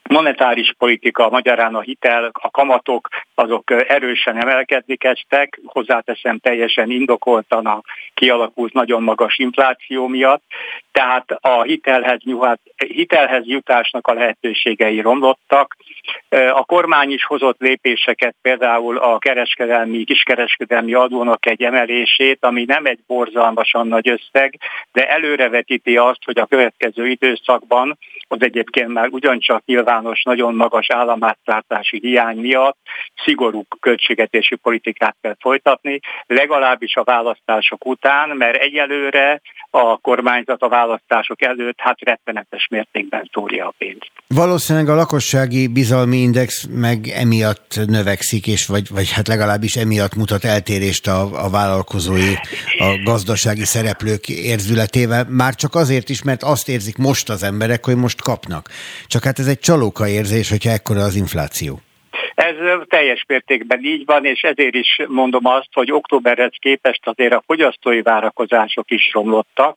monetáris politika, magyarán a hitel, a kamatok, azok erősen emelkedni kezdtek, hozzáteszem teljesen indokoltan a kialakult nagyon magas infláció miatt, tehát a hitelhez, nyuhat, hitelhez jutásnak a lehetőségei romlottak. A kormány is hozott lépéseket, például a kereskedelmi, kiskereskedelmi adónak egy emelését, ami nem egy borzalmasan nagy összeg, de előrevetíti azt, hogy a következő időszakban, az egyébként már ugyancsak nyilvános, nagyon magas államháztartási hiány miatt szigorú költségvetési politikát kell folytatni, legalábbis a választások után, mert egyelőre a kormányzat a választások előtt hát rettenetes mértékben szórja a pénzt. Valószínűleg a lakossági bizalmi index meg emiatt növekszik, és vagy, vagy hát legalábbis emiatt mutat eltérést a, a vállalkozói, a gazdasági szereplők érzületével. Már csak azért is, mert azt érzik most az emberek, hogy most kapnak. Csak hát ez egy csalóka érzés, hogyha ekkora az infláció. Ez teljes mértékben így van, és ezért is mondom azt, hogy októberhez képest azért a fogyasztói várakozások is romlottak.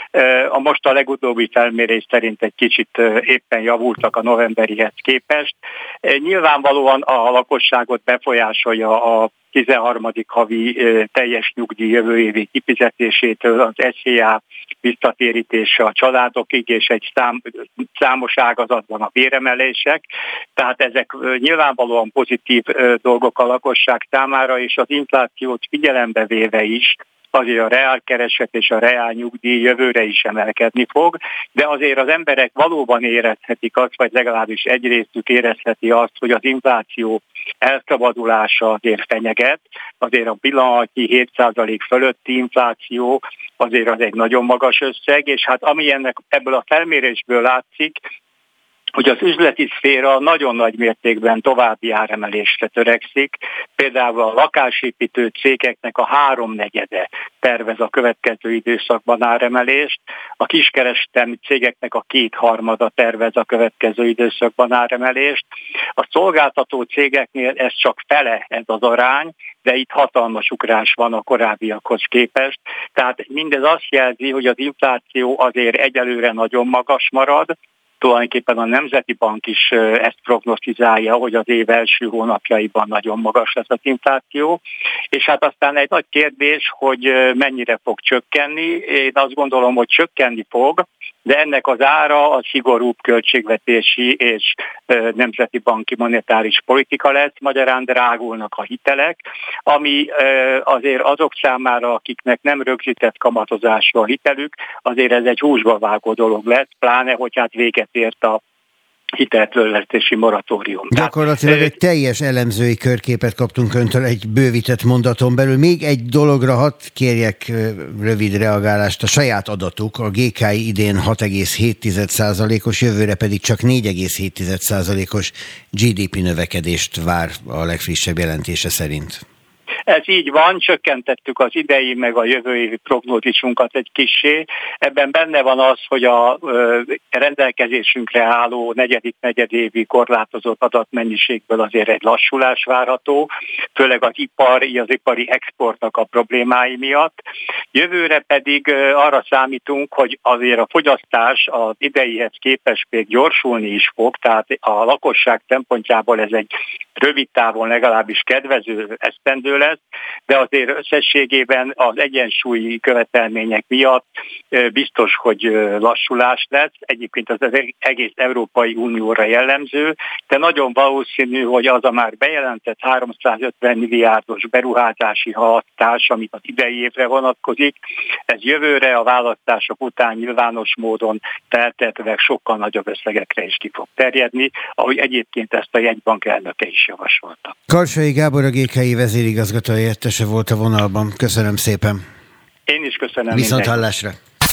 A most a legutóbbi felmérés szerint egy kicsit éppen javultak a novemberihez képest. Nyilvánvalóan a lakosságot befolyásolja a tizenharmadik havi teljes nyugdíj jövő évi kifizetésétől az es zé á visszatérítése a családokig, és egy szám, számos ágazatban a béremelések. Tehát ezek nyilvánvalóan pozitív dolgok a lakosság számára, és az inflációt figyelembe véve is azért a reálkereset és a reál nyugdíj jövőre is emelkedni fog, de azért az emberek valóban érezhetik azt, vagy legalábbis egy részük érezheti azt, hogy az infláció elszabadulása azért fenyeget, azért a pillanatnyi hét százalék fölötti infláció azért az egy nagyon magas összeg, és hát ami ennek ebből a felmérésből látszik, hogy az üzleti szféra nagyon nagy mértékben további áremelésre törekszik. Például a lakásépítő cégeknek a háromnegyede tervez a következő időszakban áremelést, a kiskereskedelmi cégeknek a kétharmada tervez a következő időszakban áremelést. A szolgáltató cégeknél ez csak fele ez az arány, de itt hatalmas ugrás van a korábbiakhoz képest. Tehát mindez azt jelzi, hogy az infláció azért egyelőre nagyon magas marad. Tulajdonképpen a Nemzeti Bank is ezt prognosztizálja, hogy az év első hónapjaiban nagyon magas lesz az infláció, és hát aztán egy nagy kérdés, hogy mennyire fog csökkenni. Én azt gondolom, hogy csökkenni fog, de ennek az ára a szigorúbb költségvetési és nemzeti banki monetáris politika lesz, magyarán drágulnak a hitelek, ami azért azok számára, akiknek nem rögzített kamatozású a hitelük, azért ez egy húsba vágó dolog lesz, pláne, hogy hát véget ért a hiteltörlesztési moratórium. Gyakorlatilag egy teljes elemzői körképet kaptunk öntől egy bővített mondaton belül. Még egy dologra hadd kérjek rövid reagálást. A saját adatuk, a gé ká i idén hat egész hét százalékos, jövőre pedig csak négy egész hét százalékos gé dé pé növekedést vár a legfrissebb jelentése szerint. Ez így van, csökkentettük az idei meg a jövő évi prognózisunkat egy kissé. Ebben benne van az, hogy a rendelkezésünkre álló negyedik negyedévi korlátozott adatmennyiségből azért egy lassulás várható, főleg az ipari, az ipari exportnak a problémái miatt. Jövőre pedig arra számítunk, hogy azért a fogyasztás az ideihez képest még gyorsulni is fog, tehát a lakosság szempontjából ez egy rövid távon legalábbis kedvező esztendő lesz, de azért összességében az egyensúlyi követelmények miatt biztos, hogy lassulás lesz. Egyébként az egész Európai Unióra jellemző, de nagyon valószínű, hogy az a már bejelentett háromszázötven milliárdos beruházási hatás, amit az idei évre vonatkozik, ez jövőre a választások után nyilvános módon feltehetőleg sokkal nagyobb összegekre is ki fog terjedni, ahogy egyébként ezt a jegybank elnöke is javasolta. Karsai Gábor, a gé ká i vezérigazgató helyettese volt a vonalban. Köszönöm szépen. Én is köszönöm. Viszont hallásra.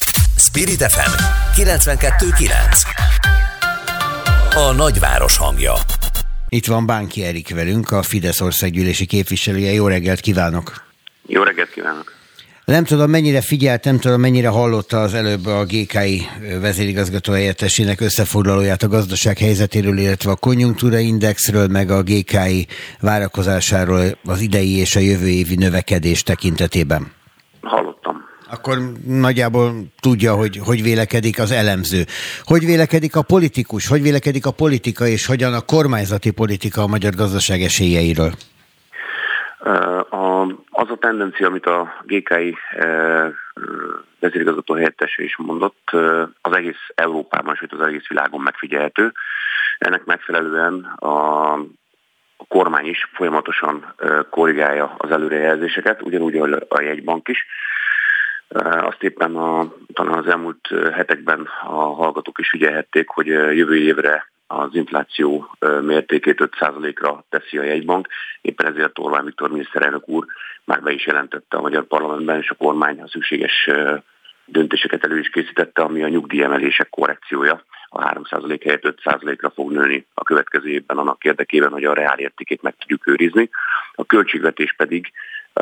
Spirit ef em kilencvenkettő kilenc. A nagyváros hangja. Itt van Bánki Erik velünk, a Fidesz országgyűlési képviselője. Jó reggelt kívánok! Jó reggelt kívánok! Nem tudom, mennyire figyelt, nem tudom, mennyire hallotta az előbb a gé ká i vezérigazgató helyettesének összefoglalóját a gazdaság helyzetéről, illetve a konjunktúraindexről, meg a gé ká i várakozásáról az idei és a jövő évi növekedés tekintetében. Hallottam. Akkor nagyjából tudja, hogy hogy vélekedik az elemző. Hogy vélekedik a politikus, hogy vélekedik a politika, és hogyan a kormányzati politika a magyar gazdaság esélyeiről? A, az a tendencia, amit a gé ká i vezérigazgató helyettese is mondott, az egész Európában, sőt az egész világon megfigyelhető. Ennek megfelelően a A kormány is folyamatosan korrigálja az előrejelzéseket, ugyanúgy a jegybank is. Azt éppen a, talán az elmúlt hetekben a hallgatók is figyelhették, hogy jövő évre az infláció mértékét öt százalékra teszi a jegybank. Éppen ezért Orbán Viktor miniszterelnök úr már be is jelentette a magyar parlamentben, és a kormány a szükséges döntéseket elő is készítette, ami a nyugdíjemelések korrekciója. A három százalék helyett öt százalékra fog nőni a következő évben annak érdekében, hogy a reál értékét meg tudjuk őrizni. A költségvetés pedig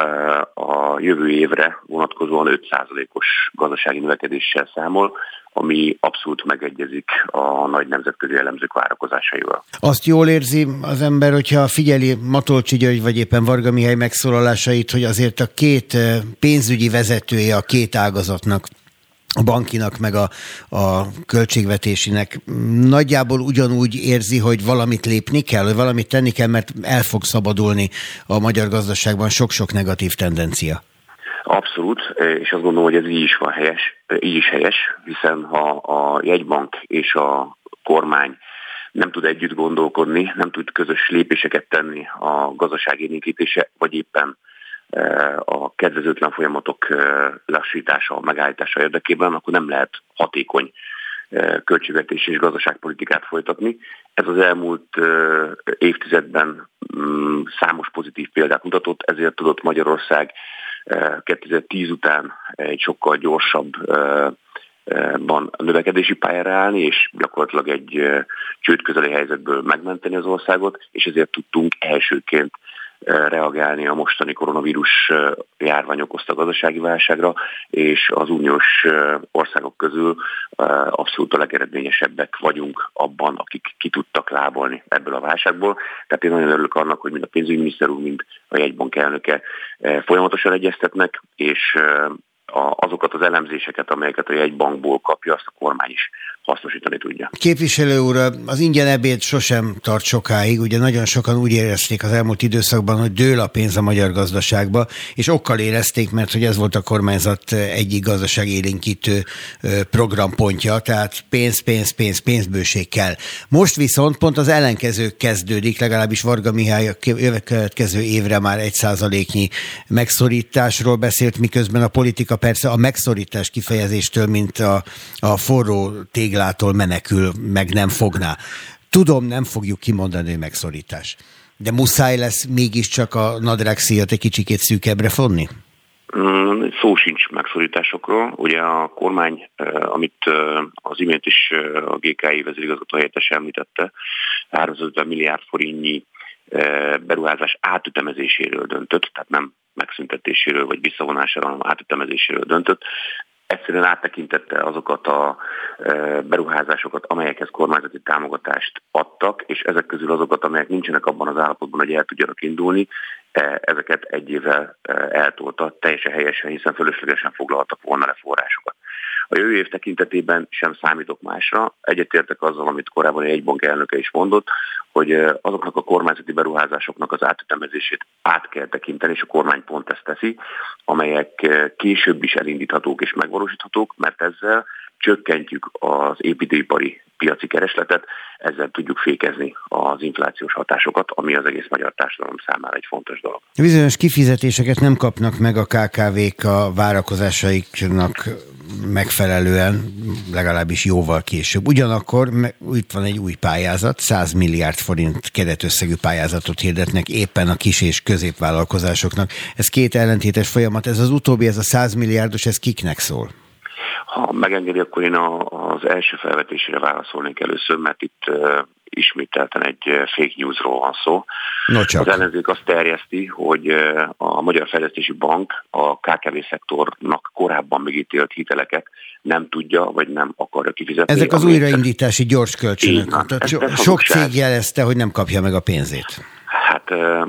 a jövő évre vonatkozóan öt százalékos gazdasági növekedéssel számol, ami abszolút megegyezik a nagy nemzetközi elemzők várakozásaival. Azt jól érzi az ember, hogyha figyeli Matolcsy György vagy éppen Varga Mihály megszólalásait, hogy azért a két pénzügyi vezetője a két ágazatnak, a bankinak meg a, a költségvetésinek nagyjából ugyanúgy érzi, hogy valamit lépni kell, hogy valamit tenni kell, mert el fog szabadulni a magyar gazdaságban sok-sok negatív tendencia. Abszolút, és azt gondolom, hogy ez így is van helyes, így is helyes, hiszen ha a jegybank és a kormány nem tud együtt gondolkodni, nem tud közös lépéseket tenni a gazdaság élénkítése, vagy éppen a kedvezőtlen folyamatok lassítása, megállítása érdekében, akkor nem lehet hatékony költségvetési és gazdaságpolitikát folytatni. Ez az elmúlt évtizedben számos pozitív példát mutatott, ezért tudott Magyarország kétezer-tíz után egy sokkal gyorsabban a növekedési pályára állni, és gyakorlatilag egy csődközeli helyzetből megmenteni az országot, és ezért tudtunk elsőként reagálni a mostani koronavírus járvány okozta gazdasági válságra, és az uniós országok közül abszolút a legeredményesebbek vagyunk abban, akik ki tudtak lábolni ebből a válságból. Tehát én nagyon örülök annak, hogy mind a pénzügyminiszter úr, mind a jegybank elnöke folyamatosan egyeztetnek, és azokat az elemzéseket, amelyeket a jegybankból kapja, azt a kormány is hasznosítani tudja. Képviselő úr, az ingyen ebéd sosem tart sokáig, ugye nagyon sokan úgy érezték az elmúlt időszakban, hogy dől a pénz a magyar gazdaságba, és okkal érezték, mert hogy ez volt a kormányzat egyik gazdaságélénkítő programpontja, tehát pénz, pénz, pénz, pénzbőség kell. Most viszont pont az ellenkező kezdődik, legalábbis Varga Mihály a következő évre már egy százaléknyi megszorításról beszélt, miközben a politika persze a megszorítás kifejezéstől, mint a, a forró téglától menekül, meg nem fogná. Tudom, nem fogjuk kimondani, hogy megszorítás. De muszáj lesz mégiscsak a nadrágszíjat egy kicsikét szűkebbre fonni? Szó sincs megszorításokról. Ugye a kormány, amit az imént is a gé ká i vezérigazgató helyettes említette, háromszázötven milliárd forintnyi beruházás átütemezéséről döntött, tehát nem megszüntetéséről vagy visszavonásáról, hanem átütemezéséről döntött. Egyszerűen áttekintette azokat a beruházásokat, amelyekhez kormányzati támogatást adtak, és ezek közül azokat, amelyek nincsenek abban az állapotban, hogy el tudjanak indulni, ezeket egy évvel eltolta, teljesen helyesen, hiszen fölöslegesen foglaltak volna le forrásokat. A jövő év tekintetében sem számítok másra. Egyetértek azzal, amit korábban egy bank elnöke is mondott, hogy azoknak a kormányzati beruházásoknak az átütemezését át kell tekinteni, és a kormány pont ezt teszi, amelyek később is elindíthatók és megvalósíthatók, mert ezzel csökkentjük az építőipari piaci keresletet, ezzel tudjuk fékezni az inflációs hatásokat, ami az egész magyar társadalom számára egy fontos dolog. Bizonyos kifizetéseket nem kapnak meg a ká ká vék a várakozásaiknak megfelelően, legalábbis jóval később. Ugyanakkor itt van egy új pályázat, száz milliárd forint keretösszegű pályázatot hirdetnek éppen a kis és középvállalkozásoknak. Ez két ellentétes folyamat. Ez az utóbbi, ez a száz milliárdos, ez kiknek szól? Ha megengedi, akkor én a, az első felvetésére válaszolnék először, mert itt uh, ismételten egy fake newsról van szó. No csak. Az ellenzék azt terjeszti, hogy uh, a Magyar Fejlesztési Bank a ká ká vé szektornak korábban megítélt hiteleket nem tudja, vagy nem akarja kifizetni. Ezek az újraindítási gyors kölcsönök. Van, so, sok cég jelezte, hogy nem kapja meg a pénzét. Hát uh,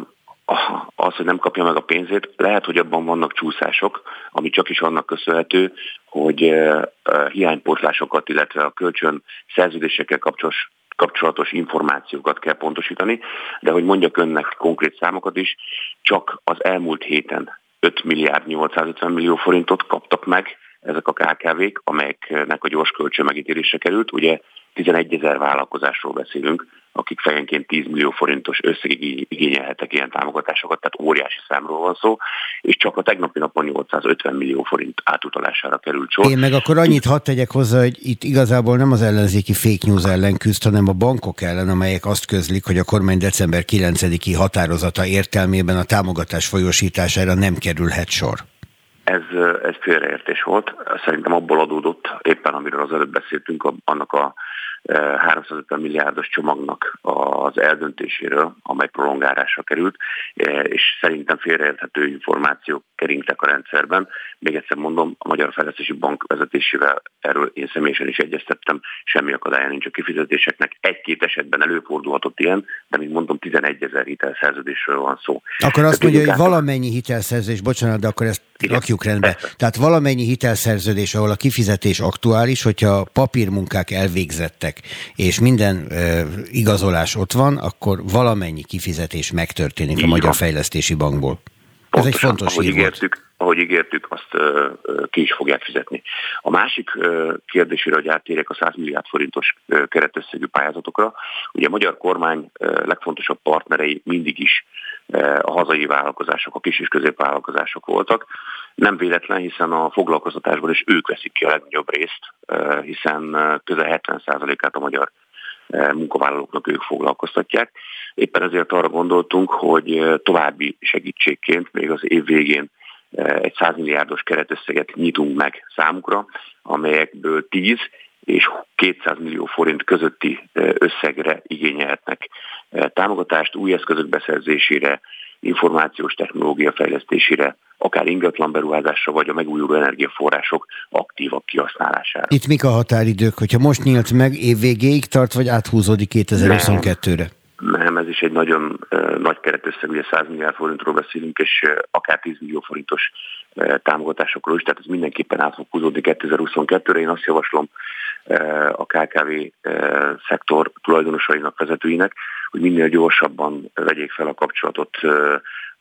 az, hogy nem kapja meg a pénzét, lehet, hogy abban vannak csúszások, ami csak is annak köszönhető, hogy hiánypótlásokat, illetve a kölcsön szerződésekkel kapcsolatos kapcsolatos információkat kell pontosítani, de hogy mondjak önnek konkrét számokat is, csak az elmúlt héten öt milliárd nyolcszázötven millió forintot kaptak meg ezek a ká ká vék, amelyeknek a gyors kölcsön megítélésre került. Ugye tizenegyezer vállalkozásról beszélünk, akik fejenként tíz millió forintos összegig igényelhettek ilyen támogatásokat, tehát óriási számról van szó, és csak a tegnapi napon nyolcszázötven millió forint átutalására került sor. Én meg akkor annyit hadd tegyek hozzá, hogy itt igazából nem az ellenzéki fake news ellen küzd, hanem a bankok ellen, amelyek azt közlik, hogy a kormány december kilencediki határozata értelmében a támogatás folyósítására nem kerülhet sor. Ez, ez félreértés volt. Szerintem abból adódott, éppen amiről az előbb beszéltünk, annak a háromszázötven milliárdos csomagnak az eldöntéséről, amely prolongálásra került, és szerintem félreérthető információk keringtek a rendszerben. Még egyszer mondom, a Magyar Fejlesztési Bank vezetésével erről én személyesen is egyeztettem, semmi akadálya nincs a kifizetéseknek. Egy-két esetben előfordulhatott ilyen, de mint mondom, tizenegyezer hitelszerződésről van szó. Akkor azt mondja, hogy valamennyi hitelszerződés, bocsánat, de akkor ezt igen, rakjuk rendbe. Persze. Tehát valamennyi hitelszerződés, ahol a kifizetés aktuális, hogyha papírmunkák elvégzettek, és minden e, igazolás ott van, akkor valamennyi kifizetés megtörténik így a Magyar van. Fejlesztési Bankból. Pontosan, ez egy fontos ahogy ígértük, ahogy ígértük, azt ö, ö, ki is fogják fizetni. A másik ö, kérdésére, hogy áttérjek a száz milliárd forintos ö, keretösszegű pályázatokra, ugye a magyar kormány ö, legfontosabb partnerei mindig is ö, a hazai vállalkozások, a kis és középvállalkozások voltak. Nem véletlen, hiszen a foglalkoztatásból is ők veszik ki a legnagyobb részt, ö, hiszen közel hetven százalékát a magyar ö, munkavállalóknak ők foglalkoztatják. Éppen ezért arra gondoltunk, hogy további segítségként még az év végén egy száz milliárdos keretösszeget nyitunk meg számukra, amelyekből tíz és kétszáz millió forint közötti összegre igényelhetnek támogatást új eszközök beszerzésére, információs technológia fejlesztésére, akár ingatlan beruházásra, vagy a megújuló energiaforrások aktívabb kihasználására. Itt mik a határidők, hogyha most nyílt meg, év végéig tart, vagy áthúzódik kétezer-huszonkettőre? Nem, ez is egy nagyon uh, nagy keretösszeg, ugye száz milliárd forintról beszélünk, és uh, akár tíz millió forintos uh, támogatásokról is, tehát ez mindenképpen át fog húzódni kétezer-huszonkettőre. Én azt javaslom uh, a ká ká vé uh, szektor tulajdonosainak, vezetőinek, hogy minél gyorsabban vegyék fel a kapcsolatot uh,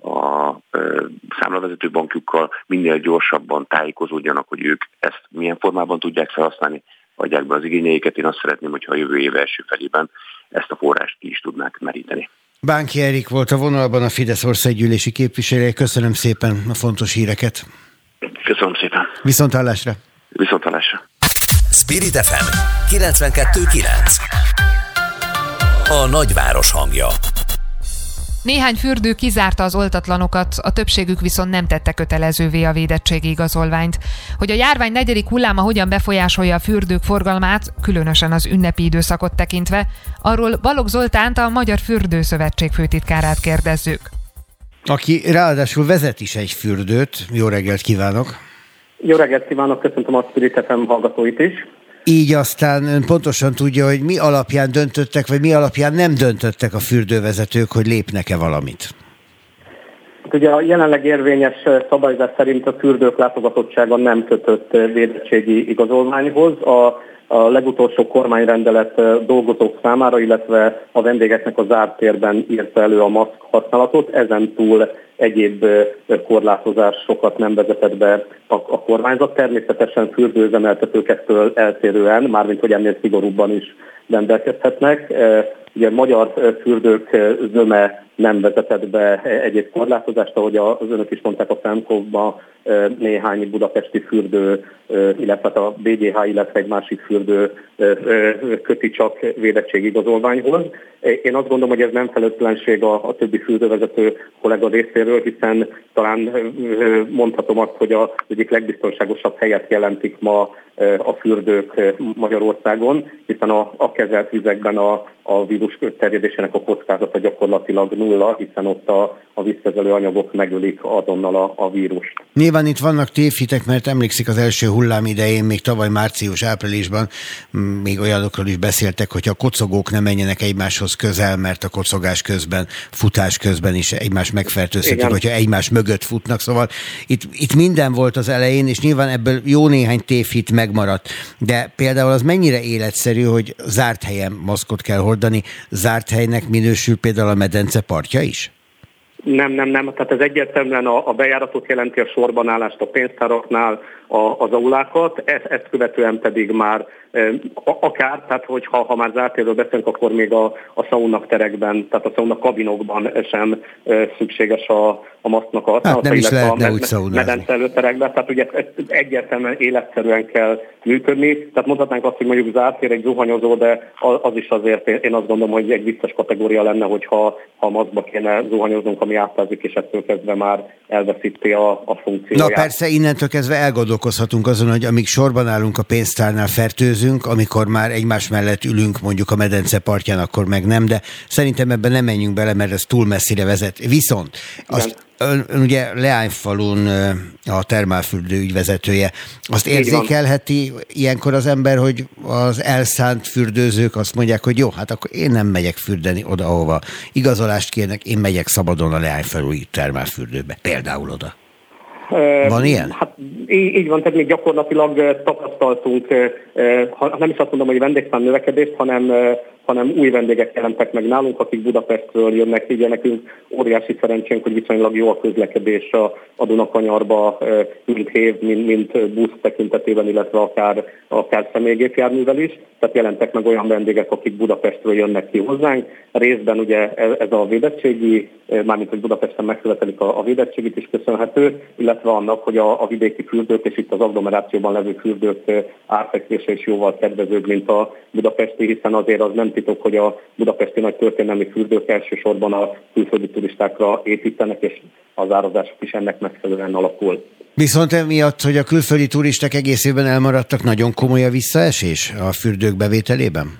a uh, számlavezető bankjukkal, minél gyorsabban tájékozódjanak, hogy ők ezt milyen formában tudják felhasználni, adják be az igényeiket. Én azt szeretném, hogyha a jövő év első felében ezt a forrást ki is tudnák meríteni. Bánki Erik volt a vonalban, a Fidesz országgyűlési képviselője. Köszönöm szépen a fontos híreket. Köszönöm szépen. Viszonthallásra. Viszonthallásra. Spirit ef em kilencvenkettő kilenc. A nagyváros hangja. Néhány fürdő kizárta az oltatlanokat, a többségük viszont nem tette kötelezővé a védettségi igazolványt. Hogy a járvány negyedik hulláma hogyan befolyásolja a fürdők forgalmát, különösen az ünnepi időszakot tekintve, arról Balogh Zoltánt, a Magyar Fürdőszövetség főtitkárát kérdezzük. Aki ráadásul vezet is egy fürdőt. Jó reggelt kívánok! Jó reggelt kívánok, köszöntöm a Spirit ef em hallgatóit is. Így aztán ön pontosan tudja, hogy mi alapján döntöttek, vagy mi alapján nem döntöttek a fürdővezetők, hogy lépnek-e valamit? Ugye a jelenleg érvényes szabályzás szerint a fürdők látogatottsága nem kötött védettségi igazolványhoz. A A legutolsó kormányrendelet dolgozók számára, illetve a vendégeknek a zárt térben írta elő a maszk használatot, ezen túl egyéb korlátozásokat nem vezetett be a, a kormányzat. Természetesen fürdőüzemeltetőkettől eltérően, mármint hogy ennél szigorúbban is rendelkezhetnek. Ugye a magyar fürdők zöme nem vezetett be egyéb korlátozást, ahogy az önök is mondták a Femkovban, néhány budapesti fürdő, illetve a bé gé há, illetve egy másik fürdő köti csak védettségigazolványhoz. Én azt gondolom, hogy ez nem felelőtlenség a, a többi fürdővezető kollega részéről, hiszen talán mondhatom azt, hogy az egyik legbiztonságosabb helyet jelentik ma a fürdők Magyarországon, hiszen a, a kezelt vizekben a, a vírus terjedésének a kockázata gyakorlatilag nulla. nulla, hiszen ott a, a vízkezelő anyagok megölik azonnal a, a vírust. Nyilván itt vannak tévhitek, mert emlékszik az első hullám idején, még tavaly március-áprilisban még olyanokról is beszéltek, hogy a kocogók ne menjenek egymáshoz közel, mert a kocogás közben, futás közben is egymás megfertőzhetik, hogyha egymás mögött futnak. Szóval itt, itt minden volt az elején, és nyilván ebből jó néhány tévhit megmaradt. De például az mennyire életszerű, hogy zárt helyen maszkot kell hordani, zárt helynek minősül például a medence partja is? Nem, nem, nem. Tehát ez egyértelműen a, a bejáratot jelenti, a sorban állást a pénztáraknál, a, az aulákat, ezt, ezt követően pedig már e, akár, tehát hogyha ha már zárt helyről beszélünk, akkor még a, a szaunakterekben, tehát a szauna kabinokban sem e, szükséges a, a maszknak a használata, hát illetve a med- medence előterekben, tehát ugye ez egyértelműen életszerűen kell működni. Tehát mondhatnánk azt, hogy mondjuk zárt tér egy zuhanyozó, de az is azért én azt gondolom, hogy egy vicces kategória lenne, hogyha ha maszkba kéne zuhanyoznunk, ami átlázik, és ettől kezdve már elveszíti a, a funkcióját. Na persze, innentől kezdve elgondolkozhatunk azon, hogy amíg sorban állunk a pénztárnál fertőzünk, amikor már egymás mellett ülünk mondjuk a medence partján, akkor meg nem, de szerintem ebben nem menjünk bele, mert ez túl messzire vezet. Viszont azt ön, ön ugye Leányfalun a termálfürdő ügyvezetője, azt érzékelheti ilyenkor az ember, hogy az elszánt fürdőzők azt mondják, hogy jó, hát akkor én nem megyek fürdeni oda, ahova igazolást kérnek, én megyek szabadon a Leányfalui termálfürdőbe, például oda. Van ilyen? Hát így, így van, tehát még gyakorlatilag tapasztaltunk, ha nem is azt mondom, hogy vendégszám növekedést, hanem, hanem új vendégek jelentek meg nálunk, akik Budapestről jönnek, így nekünk óriási szerencsénk, hogy viszonylag jó a közlekedés a, a Dunakanyarba, mint hév, mint, mint busz tekintetében, illetve akár, akár személygépjárművel is. Tehát jelentek meg olyan vendégek, akik Budapestről jönnek ki hozzánk. Részben ugye ez a védettségi, mármint hogy Budapesten megkövetelik a, a védettségit is köszönhető, illetve annak, hogy a, a vidéki fürdők és itt az agglomerációban levő fürdők árfekvése is jóval kedvezőbb, mint a budapesti, hiszen azért az nem titok, hogy a budapesti nagy történelmi fürdők elsősorban a külföldi turistákra építenek, és az árazások is ennek megfelelően alakul. Viszont emiatt, hogy a külföldi turisták egész évben elmaradtak, nagyon komoly a visszaesés a fürdők bevételében?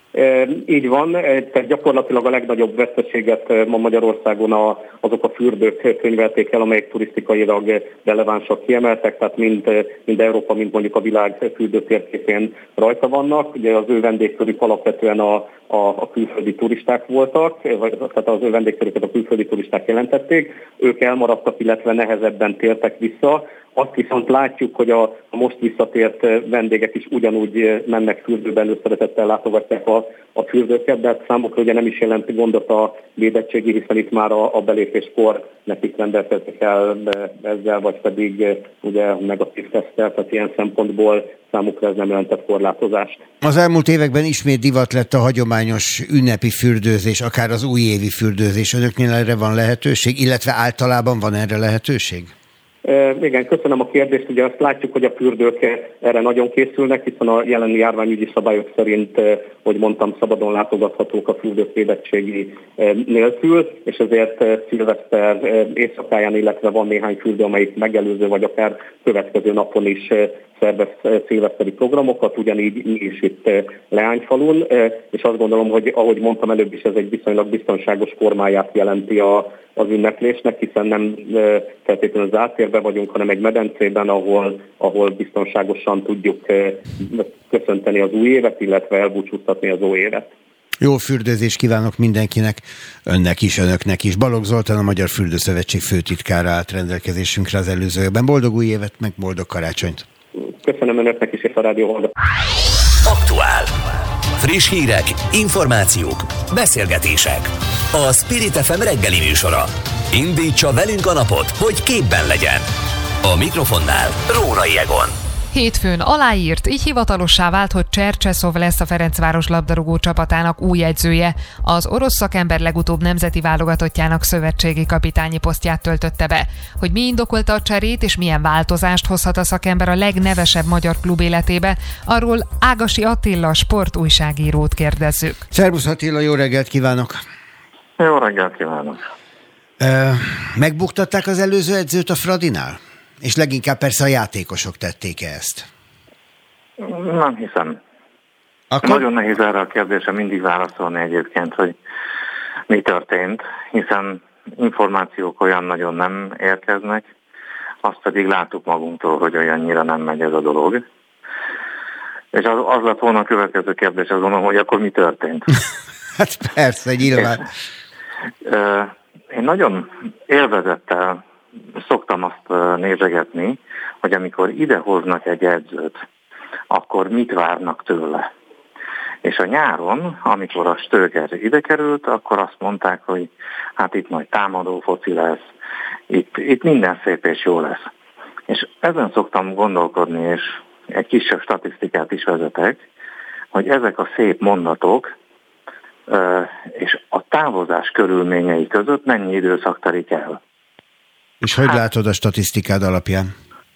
E, így van, tehát gyakorlatilag a legnagyobb veszteséget ma Magyarországon a, azok a fürdők könyvelték el, amelyek turisztikailag relevánsak, kiemeltek, tehát mind, mind Európa, mind mondjuk a világ fürdő térképén rajta vannak. Ugye az ő vendégkörük alapvetően a, a, a külföldi turisták voltak, vagy, tehát az ő vendégkörüket a külföldi turisták jelentették. Ők elmaradtak, illetve nehezebben tértek vissza. Azt viszont látjuk, hogy a most visszatért vendégek is ugyanúgy mennek fürdőbe, előszeretettel látogatják a, a fürdőket, de számukra ugye nem is jelenti gondot a védettségi, hiszen itt már a, a belépéskor nekik rendelkezik el ezzel, vagy pedig ugye negatív teszttel, tehát ilyen szempontból számukra ez nem jelentett korlátozást. Az elmúlt években ismét divat lett a hagyományos ünnepi fürdőzés, akár az újévi fürdőzés. Önöknél erre van lehetőség, illetve általában van erre lehetőség? Igen, köszönöm a kérdést. Ugye azt látjuk, hogy a fürdők erre nagyon készülnek, hiszen a jelenlegi járványügyi szabályok szerint, hogy mondtam, szabadon látogathatók a fürdők védettségi nélkül, és ezért szilveszter éjszakáján, illetve van néhány fürdő, amelyik megelőző vagy akár következő napon is szervez szilveszteri programokat, ugyanígy mi is itt Leányfalun, és azt gondolom, hogy ahogy mondtam előbb is, ez egy viszonylag biztonságos formáját jelenti a, az ünneplésnek, hiszen nem feltétlenül zárt térben vagyunk, hanem egy medencében, ahol, ahol biztonságosan tudjuk köszönteni az új évet, illetve elbúcsúztatni az új évet. Jó fürdőzést kívánok mindenkinek, önnek is, önöknek is. Balogh Zoltán, a Magyar Fürdőszövetség főtitkára állt rendelkezésünkre az előző évben. Boldog új évet, meg boldog karácsonyt! Köszönöm önöknek is, és a rádió hallgatók. Aktuál. Friss hírek, információk, beszélgetések. A Spirit ef em reggeli műsora. Indítsa velünk a napot, hogy képben legyen. A mikrofonnál Rórai Egon. Hétfőn aláírt, így hivatalossá vált, hogy Csercseszov lesz a Ferencváros labdarúgó csapatának új edzője. Az orosz szakember legutóbb nemzeti válogatottjának szövetségi kapitányi posztját töltötte be. Hogy mi indokolta a cserét és milyen változást hozhat a szakember a legnevesebb magyar klub életébe, arról Ágasi Attila sportújságírót kérdezzük. Szervusz Attila, jó reggelt kívánok! Jó reggelt kívánok! Megbuktatták az előző edzőt a Fradinál? És leginkább persze a játékosok tették ezt. Nem hiszem. Akkor... Nagyon nehéz erre a kérdésre mindig válaszolni egyébként, hogy mi történt, hiszen információk olyan nagyon nem érkeznek, azt pedig láttuk magunktól, hogy olyannyira nem megy ez a dolog. És az, az lett volna a következő kérdés, azt gondolom, hogy akkor mi történt. Hát persze, nyilván. És, én nagyon élvezettel szoktam azt nézegetni, hogy amikor idehoznak egy edzőt, akkor mit várnak tőle. És a nyáron, amikor a Stöger ide került, akkor azt mondták, hogy hát itt majd támadó foci lesz, itt, itt minden szép és jó lesz. És ezen szoktam gondolkodni, és egy kisebb statisztikát is vezetek, hogy ezek a szép mondatok és a távozás körülményei között mennyi időszak telik el. És hogy hát, látod a statisztikád alapján?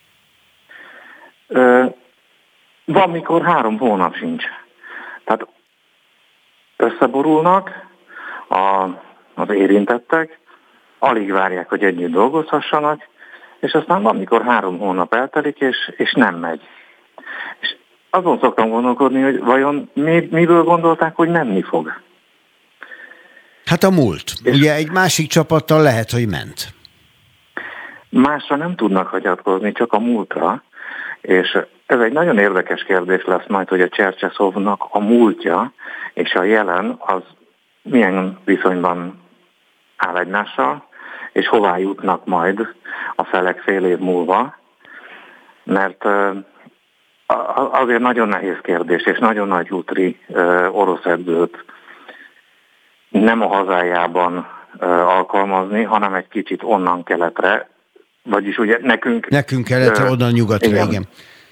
Van, mikor három hónap sincs. Tehát összeborulnak a, az érintettek, alig várják, hogy együtt dolgozhassanak, és aztán van, mikor három hónap eltelik, és, és nem megy. És azon szoktam gondolkodni, hogy vajon mi, miből gondolták, hogy menni fog. Hát a múlt. És ugye egy másik csapattal lehet, hogy ment. Másra nem tudnak hagyatkozni, csak a múltra, és ez egy nagyon érdekes kérdés lesz majd, hogy a Csercseszovnak a múltja és a jelen az milyen viszonyban áll egymással, és hová jutnak majd a felek fél év múlva, mert azért nagyon nehéz kérdés, és nagyon nagy útri orosz edzőt nem a hazájában alkalmazni, hanem egy kicsit onnan keletre, vagyis ugye nekünk... Nekünk keletre, onnan nyugatra, igen. igen.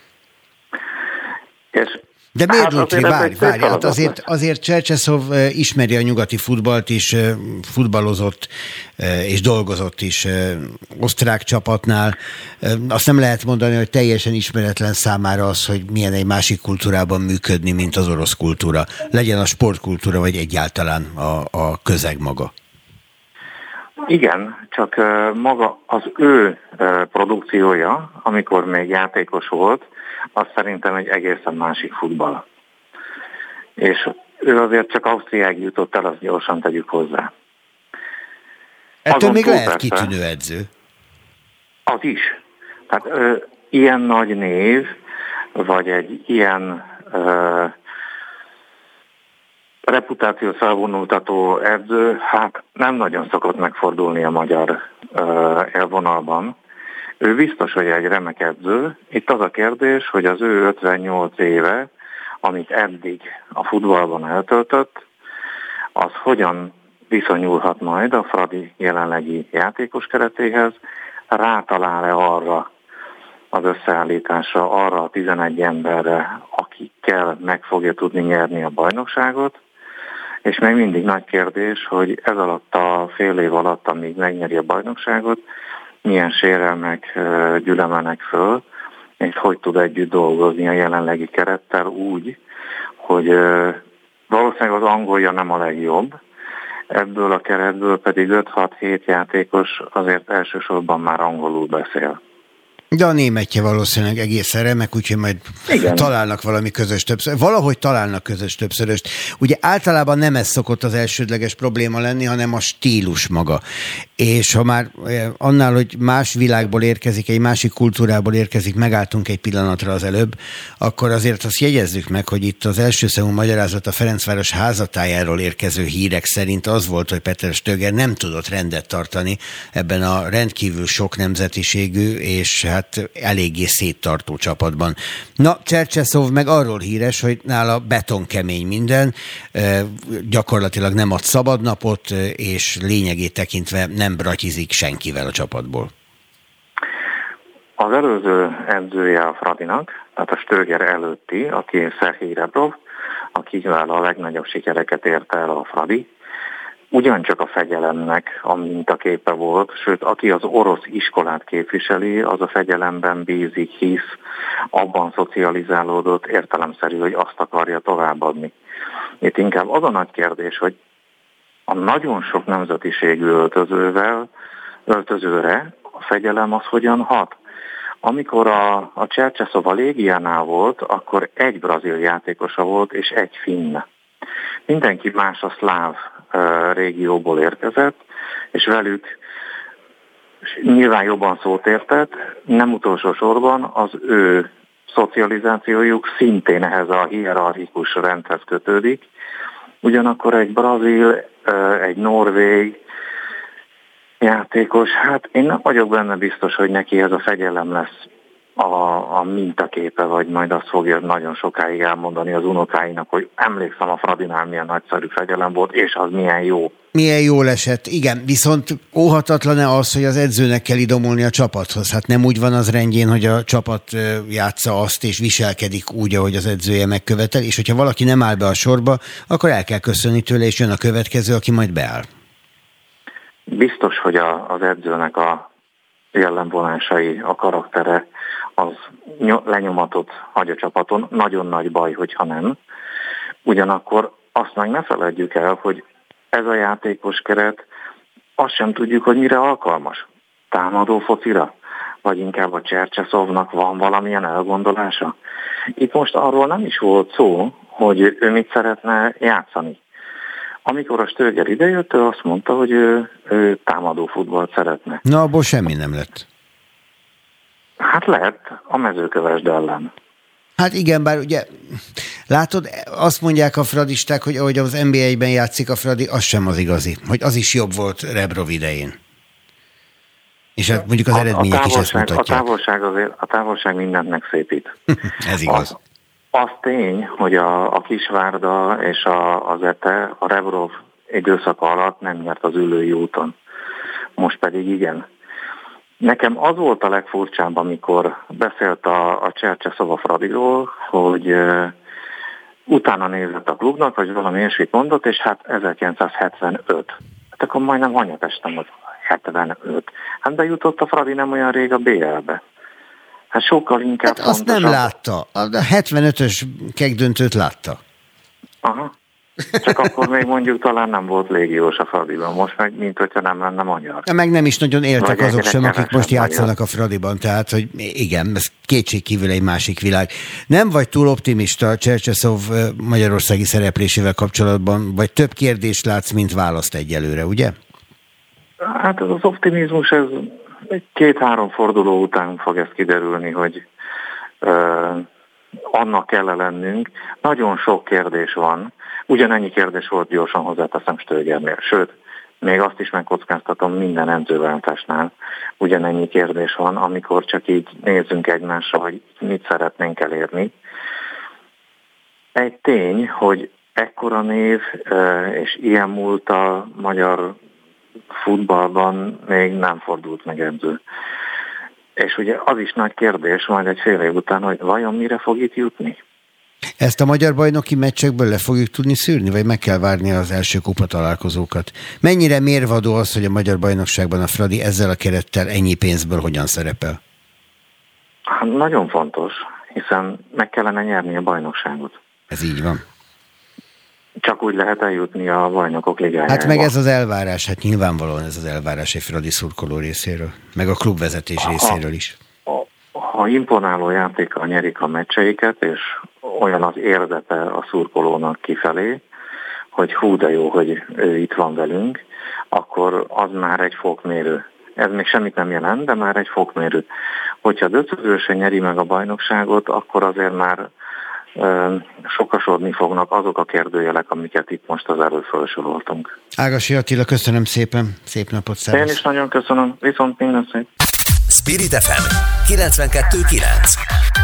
És de miért, Dutri, hát várj, várj, hát azért, azért Csercseszov ismeri a nyugati futballt is, futballozott és dolgozott is osztrák csapatnál. Azt nem lehet mondani, hogy teljesen ismeretlen számára az, hogy milyen egy másik kultúrában működni, mint az orosz kultúra. Legyen a sportkultúra, vagy egyáltalán a, a közeg maga. Igen, csak maga az ő produkciója, amikor még játékos volt, az szerintem egy egészen másik futball. És ő azért csak Ausztriáig jutott el, azt gyorsan tegyük hozzá. Ettől azon még lehet persze, kitűnő edző. Az is. Tehát ö, ilyen nagy név, vagy egy ilyen ö, reputáció felvonultató edző, hát nem nagyon szokott megfordulni a magyar ö, élvonalban. Ő biztos, hogy egy remek edző. Itt az a kérdés, hogy az ő ötvennyolc éve, amit eddig a futballban eltöltött, az hogyan viszonyulhat majd a Fradi jelenlegi játékos keretéhez, rátalál-e arra az összeállításra, arra a tizenegy emberre, akikkel meg fogja tudni nyerni a bajnokságot, és még mindig nagy kérdés, hogy ez alatt a fél év alatt, amíg megnyeri a bajnokságot, milyen sérelmek gyülemelnek föl, és hogy tud együtt dolgozni a jelenlegi kerettel úgy, hogy valószínűleg az angolja nem a legjobb, ebből a keretből pedig öt-hat-hét játékos azért elsősorban már angolul beszél. De a németje valószínűleg egészen remek, úgyhogy majd igen, találnak valami közös többször. Valahogy találnak közös többszöröst. Ugye általában nem ez szokott az elsődleges probléma lenni, hanem a stílus maga. És ha már annál, hogy más világból érkezik, egy másik kultúrából érkezik, megálltunk egy pillanatra az előbb, akkor azért azt jegyezzük meg, hogy itt az első számú magyarázat a Ferencváros házatájáról érkező hírek szerint az volt, hogy Peter Stöger nem tudott rendet tartani ebben a rendkívül sok nemzetiségű és hát eléggé széttartó csapatban. Na, Csercseszov meg arról híres, hogy nála betonkemény minden, gyakorlatilag nem ad szabadnapot, és lényegét tekintve nem bratyizik senkivel a csapatból. Az előző edzője a Fradinak, tehát a Stöger előtti, aki Szerhij Rebrov, akivel a legnagyobb sikereket érte el a Fradi, ugyancsak a fegyelemnek a mintaképe volt, sőt, aki az orosz iskolát képviseli, az a fegyelemben bízik, hisz, abban szocializálódott, értelemszerű, hogy azt akarja továbbadni. Itt inkább az a nagy kérdés, hogy a nagyon sok nemzetiségű öltözővel, öltözőre a fegyelem az hogyan hat. Amikor a, a Csercseszov a Légiánál volt, akkor egy brazil játékosa volt, és egy finn. mindenki más a szláv régióból érkezett, és velük nyilván jobban szót értett, nem utolsó sorban az ő szocializációjuk szintén ehhez a hierarchikus rendhez kötődik. Ugyanakkor egy brazil, egy norvég játékos, hát én nem vagyok benne biztos, hogy neki ez a fegyelem lesz a, a mintaképe, vagy majd azt fogja nagyon sokáig elmondani az unokáinak, hogy emlékszem, a Fradinál milyen nagyszerű fegyelem volt, és az milyen jó. Milyen jól esett, igen, viszont óhatatlan-e az, hogy az edzőnek kell idomulni a csapathoz? Hát nem úgy van az rendjén, hogy a csapat játsza azt, és viselkedik úgy, ahogy az edzője megkövetel, és hogyha valaki nem áll be a sorba, akkor el kell köszönni tőle, és jön a következő, aki majd beáll. Biztos, hogy a, az edzőnek a jellemvonásai, a karaktere az lenyomatot hagy a csapaton. Nagyon nagy baj, hogyha nem. Ugyanakkor azt meg ne feledjük el, hogy ez a játékos keret, azt sem tudjuk, hogy mire alkalmas. Támadó focira? Vagy inkább a Csercseszovnak van valamilyen elgondolása? Itt most arról nem is volt szó, hogy ő mit szeretne játszani. Amikor a Stöger idejött, ő azt mondta, hogy ő, ő támadó futballt szeretne. Na, abból semmi nem lett. Hát lett a Mezőkövesd ellen. Hát igen, bár ugye, látod, azt mondják a fradisták, hogy ahogy az en bé egyben játszik a Fradi, az sem az igazi. Hogy az is jobb volt Rebrov idején. És hát mondjuk az a, eredmények a is ezt mutatják. A távolság, azért, a távolság mindent megszépít. Ez igaz. Az, az tény, hogy a, a Kisvárda és a, az Ete a Rebrov időszaka alatt nem nyert az Üllői úton. Most pedig igen. Nekem az volt a legfurcsább, amikor beszélt a, a Csercseszov a Fradiról, hogy uh, utána nézett a klubnak, vagy valami ilyesmit mondott, és hát ezerkilencszázhetvenöt. Hát akkor majdnem hanyat estem, hogy hetvenöt. Hát bejutott a Fradi nem olyan rég a bé el-be. Hát sokkal inkább hát azt nem látta. A hetvenötös kegdöntőt látta. Aha. Csak akkor még mondjuk talán nem volt légiós a Fradiban, most meg mint hogyha nem lenne magyar. Meg nem is nagyon éltek vagy azok sem, akik most játszanak magyar a Fradiban, tehát hogy igen, ez kétségkívül egy másik világ. Nem vagy túl optimista Csercseszov magyarországi szereplésével kapcsolatban, vagy több kérdést látsz, mint választ egyelőre, ugye? Hát az optimizmus, ez két-három forduló után fog ez kiderülni, hogy uh, annak kell lennünk. Nagyon sok kérdés van. Ugyanennyi kérdés volt, gyorsan hozzáteszem, Stögernél. Sőt, még azt is megkockáztatom minden edzőváltásnál. Ugyanennyi kérdés van, amikor csak így nézzünk egymásra, hogy mit szeretnénk elérni. Egy tény, hogy ekkora név és ilyen múlt a magyar futballban még nem fordult meg edző. És ugye az is nagy kérdés majd egy fél év után, hogy vajon mire fog itt jutni? Ezt a magyar bajnoki meccsekből le fogjuk tudni szűrni, vagy meg kell várni az első kupa találkozókat? Mennyire mérvadó az, hogy a magyar bajnokságban a Fradi ezzel a kerettel ennyi pénzből hogyan szerepel? Hát nagyon fontos, hiszen meg kellene nyerni a bajnokságot. Ez így van. Csak úgy lehet eljutni a bajnokok ligájába. Hát meg ez az elvárás, hát nyilvánvalóan ez az elvárás egy Fradi szurkoló részéről, meg a klubvezetés részéről is. Ha imponáló játékkal nyerik a meccseiket, és olyan az érzete a szurkolónak kifelé, hogy hú de jó, hogy ő itt van velünk, akkor az már egy fokmérő. Ez még semmit nem jelent, de már egy fokmérő. Hogyha döcögősen nyeri meg a bajnokságot, akkor azért már ö, sokasodni fognak azok a kérdőjelek, amiket itt most az előbb felsoroltunk. Ágasi Attila, köszönöm szépen, szép napot, szervusz. Én is nagyon köszönöm, viszont minden szép. Spirit ef em kilencvenkettő kilenc.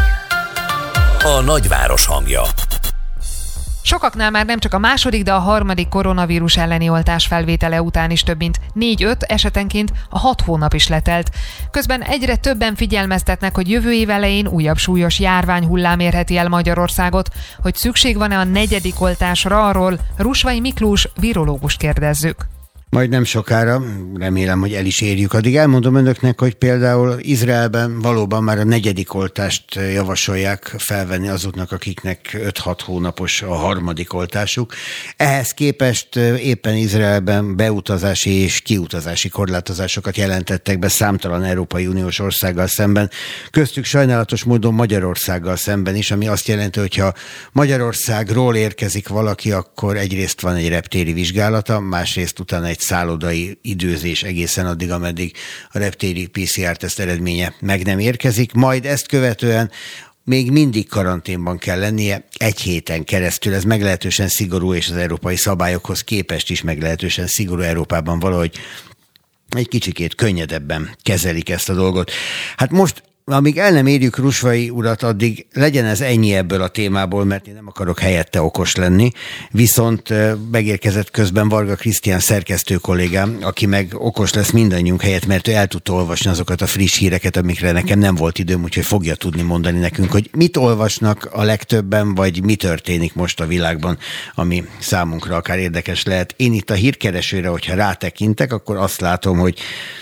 A nagyváros hangja. Sokaknál már nem csak a második, de a harmadik koronavírus elleni oltás felvétele után is több mint négy-öt, esetenként a hat hónap is letelt. Közben egyre többen figyelmeztetnek, hogy jövő év elején újabb súlyos járványhullám érheti el Magyarországot. Hogy szükség van-e a negyedik oltásra, arról Rusvai Miklós virológust kérdezzük. Majd nem sokára, remélem, hogy el is érjük. Addig elmondom önöknek, hogy például Izraelben valóban már a negyedik oltást javasolják felvenni azoknak, akiknek öt-hat hónapos a harmadik oltásuk. Ehhez képest éppen Izraelben beutazási és kiutazási korlátozásokat jelentettek be számtalan Európai Uniós országgal szemben, köztük sajnálatos módon Magyarországgal szemben is, ami azt jelenti, hogyha Magyarországról érkezik valaki, akkor egyrészt van egy reptéri vizsgálata, másrészt utána egy szállodai időzés egészen addig, ameddig a reptéri pé cé er-teszt eredménye meg nem érkezik, majd ezt követően még mindig karanténban kell lennie egy héten keresztül. Ez meglehetősen szigorú, és az európai szabályokhoz képest is meglehetősen szigorú. Európában valahogy egy kicsikét könnyedebben kezelik ezt a dolgot. Hát most, amíg el nem érjük Rusvai urat, addig legyen ez ennyi ebből a témából, mert én nem akarok helyette okos lenni, viszont megérkezett közben Varga Krisztián szerkesztő kollégám, aki meg okos lesz mindannyiunk helyett, mert ő el tudta olvasni azokat a friss híreket, amikre nekem nem volt időm, úgyhogy fogja tudni mondani nekünk, hogy mit olvasnak a legtöbben, vagy mi történik most a világban, ami számunkra akár érdekes lehet. Én itt a hírkeresőre, hogyha rátekintek, akkor azt látom, hogy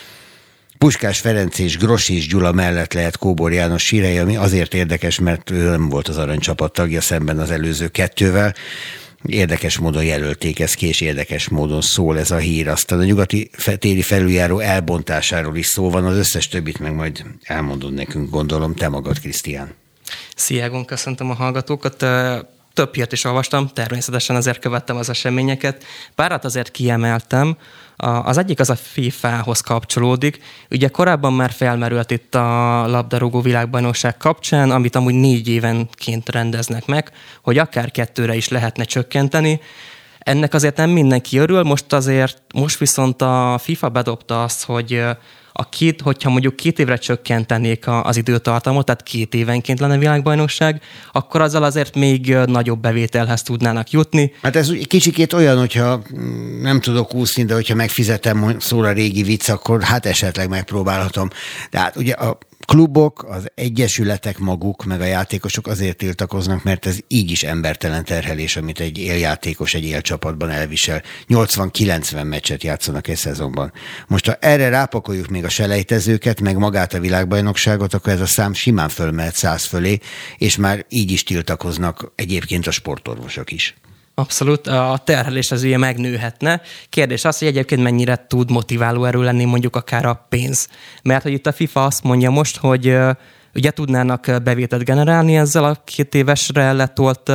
Puskás Ferenc és Grossis Gyula mellett lehet Kóbor János sírei, ami azért érdekes, mert ő nem volt az aranycsapat tagja szemben az előző kettővel. Érdekes módon jelölték ezt ki, és érdekes módon szól ez a hír. Aztán a nyugati téri felüljáró elbontásáról is szó van, az összes többit meg majd elmondod nekünk, gondolom. Te magad, Krisztián. Szia, Egon, köszöntöm a hallgatókat. Több hírt is olvastam, természetesen azért követtem az eseményeket. Párat azért kiemeltem. Az egyik az a fifához kapcsolódik. Ugye korábban már felmerült itt a labdarúgó világbajnokság kapcsán, amit amúgy négy évenként rendeznek meg, hogy akár kettőre is lehetne csökkenteni. Ennek azért nem mindenki örül, most azért, most viszont a FIFA bedobta azt, hogy a két, hogyha mondjuk két évre csökkentenék az időtartamot, tehát két évenként lenne világbajnokság, akkor azzal azért még nagyobb bevételhez tudnának jutni. Hát ez kicsikét olyan, hogyha nem tudok úszni, de hogyha megfizetem, szól a régi vicc, akkor hát esetleg megpróbálhatom. De hát ugye a klubok, az egyesületek maguk, meg a játékosok azért tiltakoznak, mert ez így is embertelen terhelés, amit egy éljátékos egy élcsapatban elvisel. nyolcvan-kilencven meccset játszanak egy szezonban. Most ha erre rápakoljuk még a selejtezőket, meg magát a világbajnokságot, akkor ez a szám simán fölmehet száz fölé, és már így is tiltakoznak egyébként a sportorvosok is. Abszolút, a terhelés az ugye megnőhetne. Kérdés az, hogy egyébként mennyire tud motiváló erő lenni mondjuk akár a pénz. Mert hogy itt a FIFA azt mondja most, hogy ugye tudnának bevételt generálni ezzel a két évesre letolt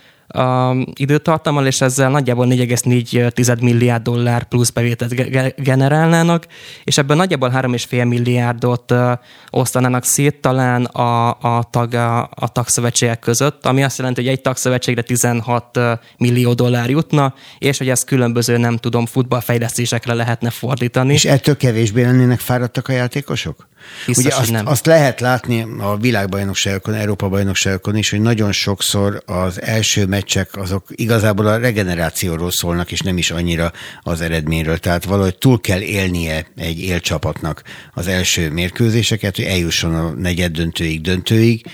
a időtartammal, és ezzel nagyjából négy egész négy milliárd dollár plusz bevételt generálnának, és ebből nagyjából három egész öt milliárdot osztanának szét talán a, a, tag, a, a tagszövetségek között, ami azt jelenti, hogy egy tagszövetségre tizenhat millió dollár jutna, és hogy ezt különböző, nem tudom, futballfejlesztésekre lehetne fordítani. És ettől kevésbé lennének fáradtak a játékosok? Biztos, ugye azt, nem. azt lehet látni a világbajnokságokon, Európa-bajnokságokon is, hogy nagyon sokszor az első meccsek azok igazából a regenerációról szólnak, és nem is annyira az eredményről. Tehát valahogy túl kell élnie egy élcsapatnak az első mérkőzéseket, hogy eljusson a negyed döntőig, döntőig,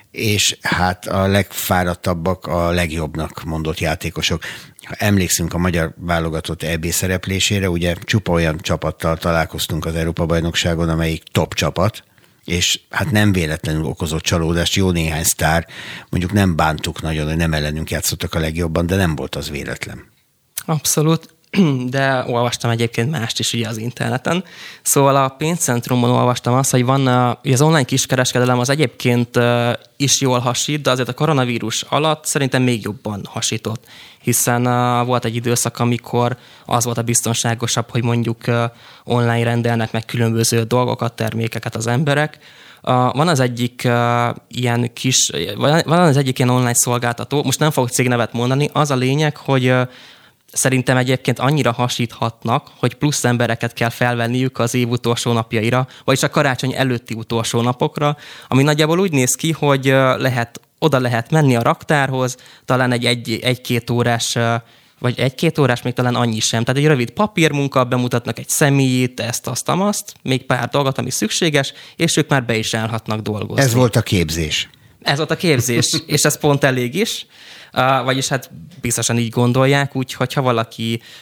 és hát a legfáradtabbak a legjobbnak mondott játékosok. Ha emlékszünk a magyar válogatott é bé szereplésére, ugye csupa olyan csapattal találkoztunk az Európa-bajnokságon, amelyik top csapat, és hát nem véletlenül okozott csalódást, jó néhány sztár, mondjuk nem bántuk nagyon, hogy nem ellenünk játszottak a legjobban, de nem volt az véletlen. Abszolút. De olvastam egyébként mást is ugye az interneten. Szóval a pénzcentrumban olvastam azt, hogy van az online kiskereskedelem az egyébként is jól hasít, de azért a koronavírus alatt szerintem még jobban hasított. Hiszen volt egy időszak, amikor az volt a biztonságosabb, hogy mondjuk online rendelnek meg különböző dolgokat, termékeket az emberek. Van az egyik ilyen kis, van az egyik ilyen online szolgáltató, most nem fogok cégnevet mondani, az a lényeg, hogy szerintem egyébként annyira hasíthatnak, hogy plusz embereket kell felvenniük az év utolsó napjaira, vagyis a karácsony előtti utolsó napokra, ami nagyjából úgy néz ki, hogy lehet, oda lehet menni a raktárhoz, talán egy, egy, egy-két órás, vagy egy-két órás, még talán annyi sem. Tehát egy rövid papírmunka, bemutatnak egy személyét, ezt, azt, azt, még pár dolgot, ami szükséges, és ők már be is állhatnak dolgozni. Ez volt a képzés. Ez volt a képzés, és ez pont elég is. Uh, vagyis hát biztosan így gondolják, úgyhogy ha valaki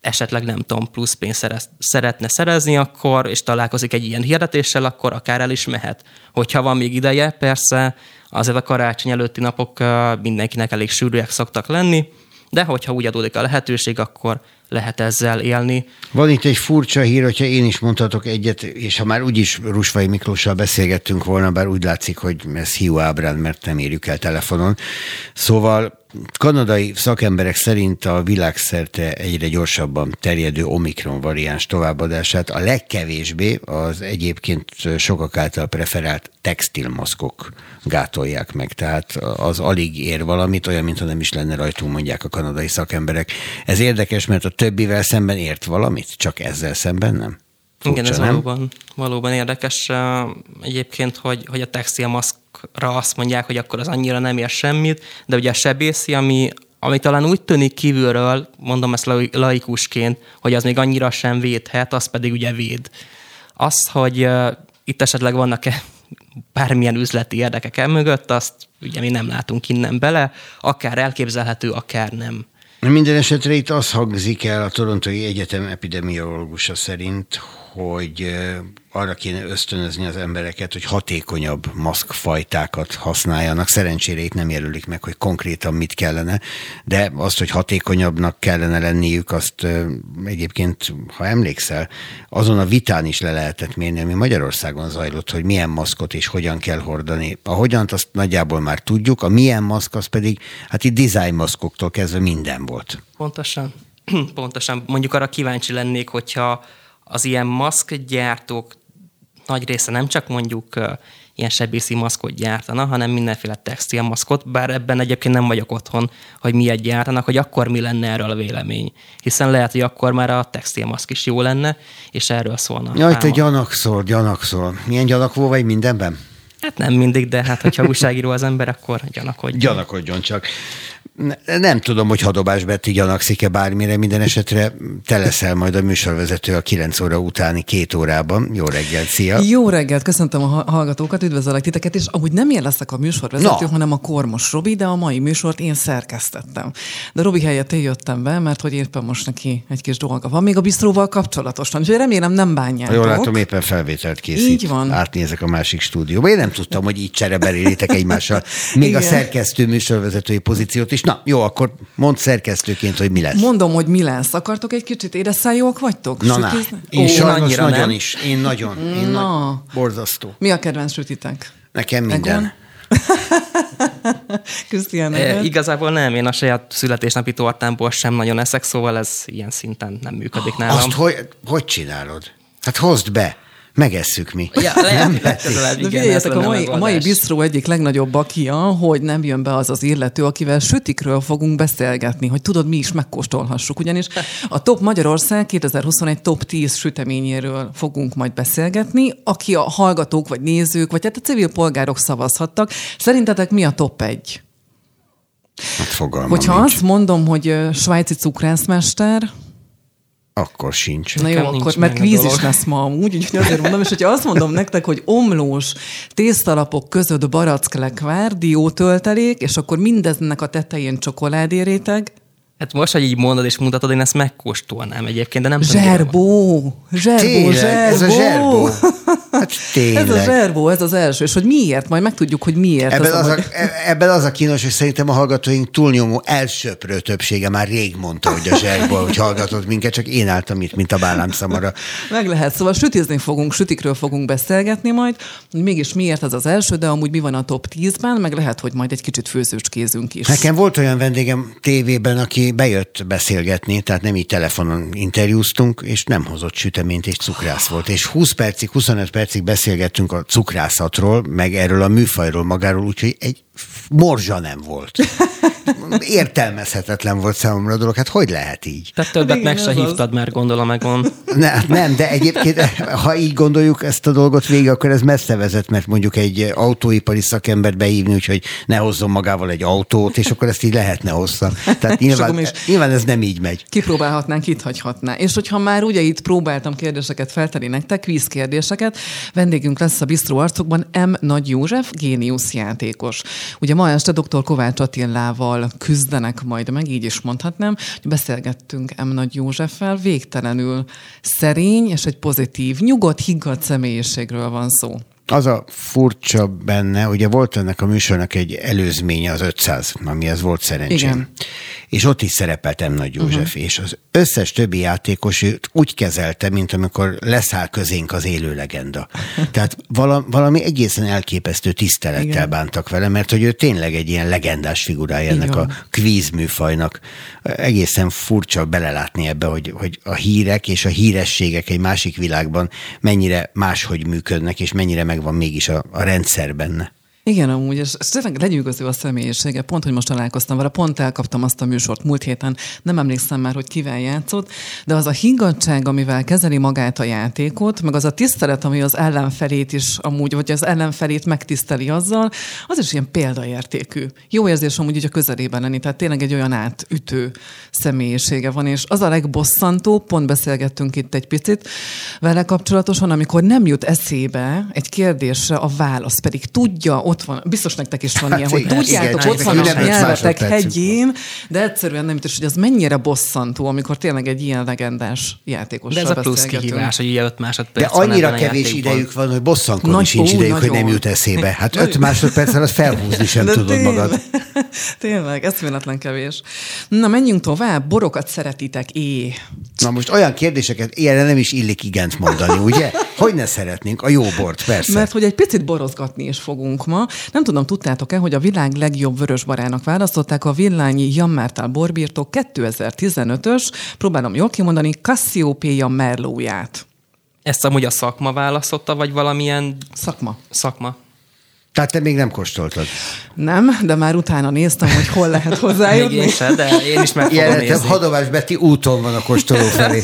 esetleg nem tudom, plusz pénzt szerez, szeretne szerezni, akkor, és találkozik egy ilyen hirdetéssel, akkor akár el is mehet. Hogyha van még ideje, persze azért a karácsony előtti napok mindenkinek elég sűrűek szoktak lenni, de hogyha úgy adódik a lehetőség, akkor lehet ezzel élni. Van itt egy furcsa hír, hogyha én is mondhatok egyet, és ha már úgyis Rusvai Miklóssal beszélgettünk volna, bár úgy látszik, hogy ez hiú ábrán, mert nem érjük el telefonon. Szóval kanadai szakemberek szerint a világszerte egyre gyorsabban terjedő Omikron variáns továbbadását a legkevésbé az egyébként sokak által preferált textilmaszkok gátolják meg. Tehát az alig ér valamit, olyan, mintha nem is lenne rajtunk, mondják a kanadai szakemberek. Ez érdekes, mert a többivel szemben ért valamit, csak ezzel szemben nem? Furcsa, igen, ez nem? valóban, valóban érdekes egyébként, hogy, hogy a textilmaszkra azt mondják, hogy akkor az annyira nem ér semmit, de ugye a sebészi, ami, ami talán úgy tűnik kívülről, mondom ezt laikusként, hogy az még annyira sem védhet, az pedig ugye véd. Az, hogy uh, itt esetleg vannak-e bármilyen üzleti érdekek el mögött, azt ugye mi nem látunk innen bele, akár elképzelhető, akár nem. Minden esetre itt az hangzik el a Torontói Egyetem epidemiológusa szerint, hogy arra kéne ösztönözni az embereket, hogy hatékonyabb maszkfajtákat használjanak. Szerencsére itt nem jelölik meg, hogy konkrétan mit kellene, de azt, hogy hatékonyabbnak kellene lenniük, azt egyébként, ha emlékszel, azon a vitán is le lehetett mérni, ami Magyarországon zajlott, hogy milyen maszkot és hogyan kell hordani. A hogyant azt nagyjából már tudjuk, a milyen maszk az pedig, hát itt design maszkoktól kezdve minden volt. Pontosan. Pontosan. Mondjuk arra kíváncsi lennék, hogyha az ilyen maszkgyártók nagy része nem csak mondjuk uh, ilyen sebészi maszkot gyártana, hanem mindenféle textilmaszkot, bár ebben egyébként nem vagyok otthon, hogy miért gyártanak, hogy akkor mi lenne erről a vélemény. Hiszen lehet, hogy akkor már a textilmaszk is jó lenne, és erről szólna. Jaj, te gyanakszol, gyanakszol. Milyen gyanakvó vagy mindenben? Hát nem mindig, de hát hogyha újságíró az ember, akkor gyanakodjon. Gyanakodjon csak. Nem tudom, hogy Hadobás Betti gyanakszik-e bármire, minden esetre te leszel majd a műsorvezető a kilenc óra utáni két órában. Jó reggelt, szia! Jó reggelt, köszöntöm a hallgatókat, üdvözöllek titeket, és amúgy nem én leszek a műsorvezető, no. hanem a Kormos Robi, de a mai műsort én szerkesztettem. De Robi helyett én jöttem be, mert hogy éppen most neki egy kis dolga van, még a bistróval kapcsolatosan, úgyhogy remélem nem bánjátok. Jól látom, éppen felvételt készít. Így van. Átnézek a másik stúdióba. Én nem tudtam, hogy így csereberilitek egymással. Még igen. A szerkesztő műsorvezetői pozíciót is. Na, jó, akkor mondd szerkesztőként, hogy mi lesz. Mondom, hogy mi lesz. Akartok egy kicsit édesszájóak vagytok? Na, na. Én Ó, sajnos nagyon nem. is. Én nagyon. Én na. Nagy, borzasztó. Mi a kedvenc sütitek? Nekem minden. Krisztián, e, igazából nem, én a saját születésnapi tortámból sem nagyon eszek, szóval ez ilyen szinten nem működik nálam. Azt hogy, hogy csinálod? Hát hozd be. Megesszük mi. Ja, nem legközelebb, igen. Figyeljetek, a mai, a mai bistró egyik legnagyobb bakia, hogy nem jön be az az illető, akivel sütikről fogunk beszélgetni, hogy tudod, mi is megkóstolhassuk. Ugyanis a Top Magyarország kétezer-huszonegy top tíz süteményéről fogunk majd beszélgetni, aki a hallgatók, vagy nézők, vagy hát a civil polgárok szavazhattak. Szerintetek mi a top egy? Hát fogalmam Hogyha nincs. azt mondom, hogy svájci cukrászmester, akkor sincs. Na jó, Nekem akkor, mert kvíz is lesz ma amúgy, úgyhogy azért mondom, és hogyha azt mondom nektek, hogy omlós tésztalapok között baracklekvár, diótöltelék, és akkor mindeznek a tetején csokoládéréteg. Hát most, hogy így mondod és mutatod, én ezt megkóstolnám egyébként, de nem zserbó, tudom. Zserbó, zserbó. Ez a zserbó. Hát tényleg. Ez a zserbó, ez az első. És hogy miért? Majd megtudjuk, hogy miért. Ebben az, az, a, hogy... ebben az a kínos, hogy szerintem a hallgatóink túlnyomó elsöprő többsége már rég mondta, hogy a zserbó, hogy hallgatott minket, csak én álltam itt, mint a bállámszamara. Meg lehet. Szóval sütizni fogunk, sütikről fogunk beszélgetni majd, hogy mégis miért ez az első, de amúgy mi van a top tízben, meg lehet, hogy majd egy kicsit főzőskézünk is. Nekem volt olyan vendégem tévében, aki bejött beszélgetni, tehát nem így telefonon interjúztunk, és nem hozott süteményt, és cukrász volt. És húsz percig, huszonöt percig beszélgettünk a cukrászatról, meg erről a műfajról magáról, úgyhogy egy morzsa nem volt. Értelmezhetetlen volt számomra a dolog. Hát hogy lehet így? Tehát többet igen, meg se hívtad az... már, gondolom megvan. Ne, nem, de egyébként, ha így gondoljuk ezt a dolgot végig, akkor ez messze vezet, mert mondjuk egy autóipari szakembert behívni, úgyhogy ne hozzon magával egy autót, és akkor ezt így lehetne hozzá. Tehát nyilván, nyilván ez nem így megy. Kipróbálhatnánk, itt hagyhatná. És hogyha már ugye itt próbáltam kérdéseket feltenni nektek, kvíz kérdéseket, vendégünk lesz a Bistró arcokban M. Nagy József, géniusz játékos. Ugye ma este dr. Kovács Attilával küzdenek majd meg, így is mondhatnám, hogy beszélgettünk M. Nagy Józseffel, végtelenül szerény és egy pozitív, nyugodt, higgadt személyiségről van szó. Az a furcsa benne, ugye volt ennek a műsornak egy előzménye, az ötszáz, amihez volt szerencsém. Igen. És ott is szerepelt M. Nagy József, uh-huh. és az összes többi játékos őt úgy kezelte, mint amikor leszáll közénk az élő legenda. Tehát vala, valami egészen elképesztő tisztelettel Igen. bántak vele, mert hogy ő tényleg egy ilyen legendás figurája ennek Igen. a kvíz műfajnak. Egészen furcsa belelátni ebbe, hogy, hogy a hírek és a hírességek egy másik világban mennyire máshogy működnek, és mennyire megvan mégis a, a rendszer benne. Igen, amúgy, és tényleg lenyűgöző a személyisége. Pont, hogy most találkoztam vele, pont elkaptam azt a műsort múlt héten, nem emlékszem már, hogy kivel játszott, de az a higgadtság, amivel kezeli magát a játékot, meg az a tisztelet, ami az ellenfelét is amúgy, vagy az ellenfelét megtiszteli azzal, az is ilyen példaértékű. Jó érzés amúgy így a közelében lenni, tehát tényleg egy olyan átütő személyisége van, és az a legbosszantó, pont beszélgettünk itt egy picit vele kapcsolatosan, amikor nem jut eszébe egy kérdésre a válasz, pedig tudja, ott van, biztos nektek is van hát ilyen, hogy tudjátok, igen, ott van a nyelvetek hegyén, de egyszerűen nem is, hogy az mennyire bosszantó, amikor tényleg egy ilyen legendás játékossal beszélgetünk. De ez a plusz kihívás, hogy ilyen öt másodperc de annyira kevés idejük van, hogy bosszankodni sincs idejük, nagyon. Hogy nem jut eszébe. Hát öt másodperccel az felhúzni sem de tudod tényleg, magad. Tényleg, eszméletlen kevés. Na, menjünk tovább. Borokat szeretitek, é. Na most olyan kérdéseket, ilyenre nem is illik igent mondani, ugye? Hogy ne szeretnénk? A jó bort, persze. Mert hogy egy picit borozgatni is fogunk ma. Nem tudom, tudtátok-e, hogy a világ legjobb vörösbarának választották a Villányi Jammártál borbirtok kétezer-tizenötös, próbálom jól kimondani, Cassiopeia merlóját. Ezt amúgy a szakma választotta, vagy valamilyen... Szakma. Szakma. Tehát te még nem kóstoltad? Nem, de már utána néztem, hogy hol lehet hozzájutni. Még én sem, de én is meg fogom Jelentem, nézni. Hadovás Beti úton van a kóstoló felé.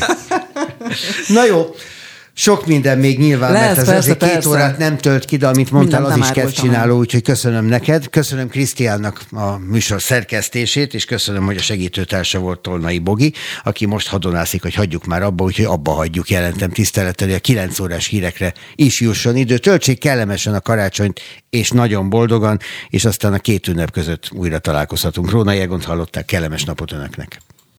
Na jó, sok minden még nyilván, lesz, mert ez persze, két persze. órát nem tölt ki, de amit mondtál, minden az is kedvcsináló, úgyhogy köszönöm neked. Köszönöm Krisztiánnak a műsor szerkesztését, és köszönöm, hogy a segítőtársa volt Tolnai Bogi, aki most hadonászik, hogy hagyjuk már abba, úgyhogy abba hagyjuk, jelentem tisztelettel, hogy a kilenc órás hírekre is jusson idő. Töltsék kellemesen a karácsonyt, és nagyon boldogan, és aztán a két ünnep között újra találkozhatunk. Rónai Egont hallották, kellemes napot önöknek.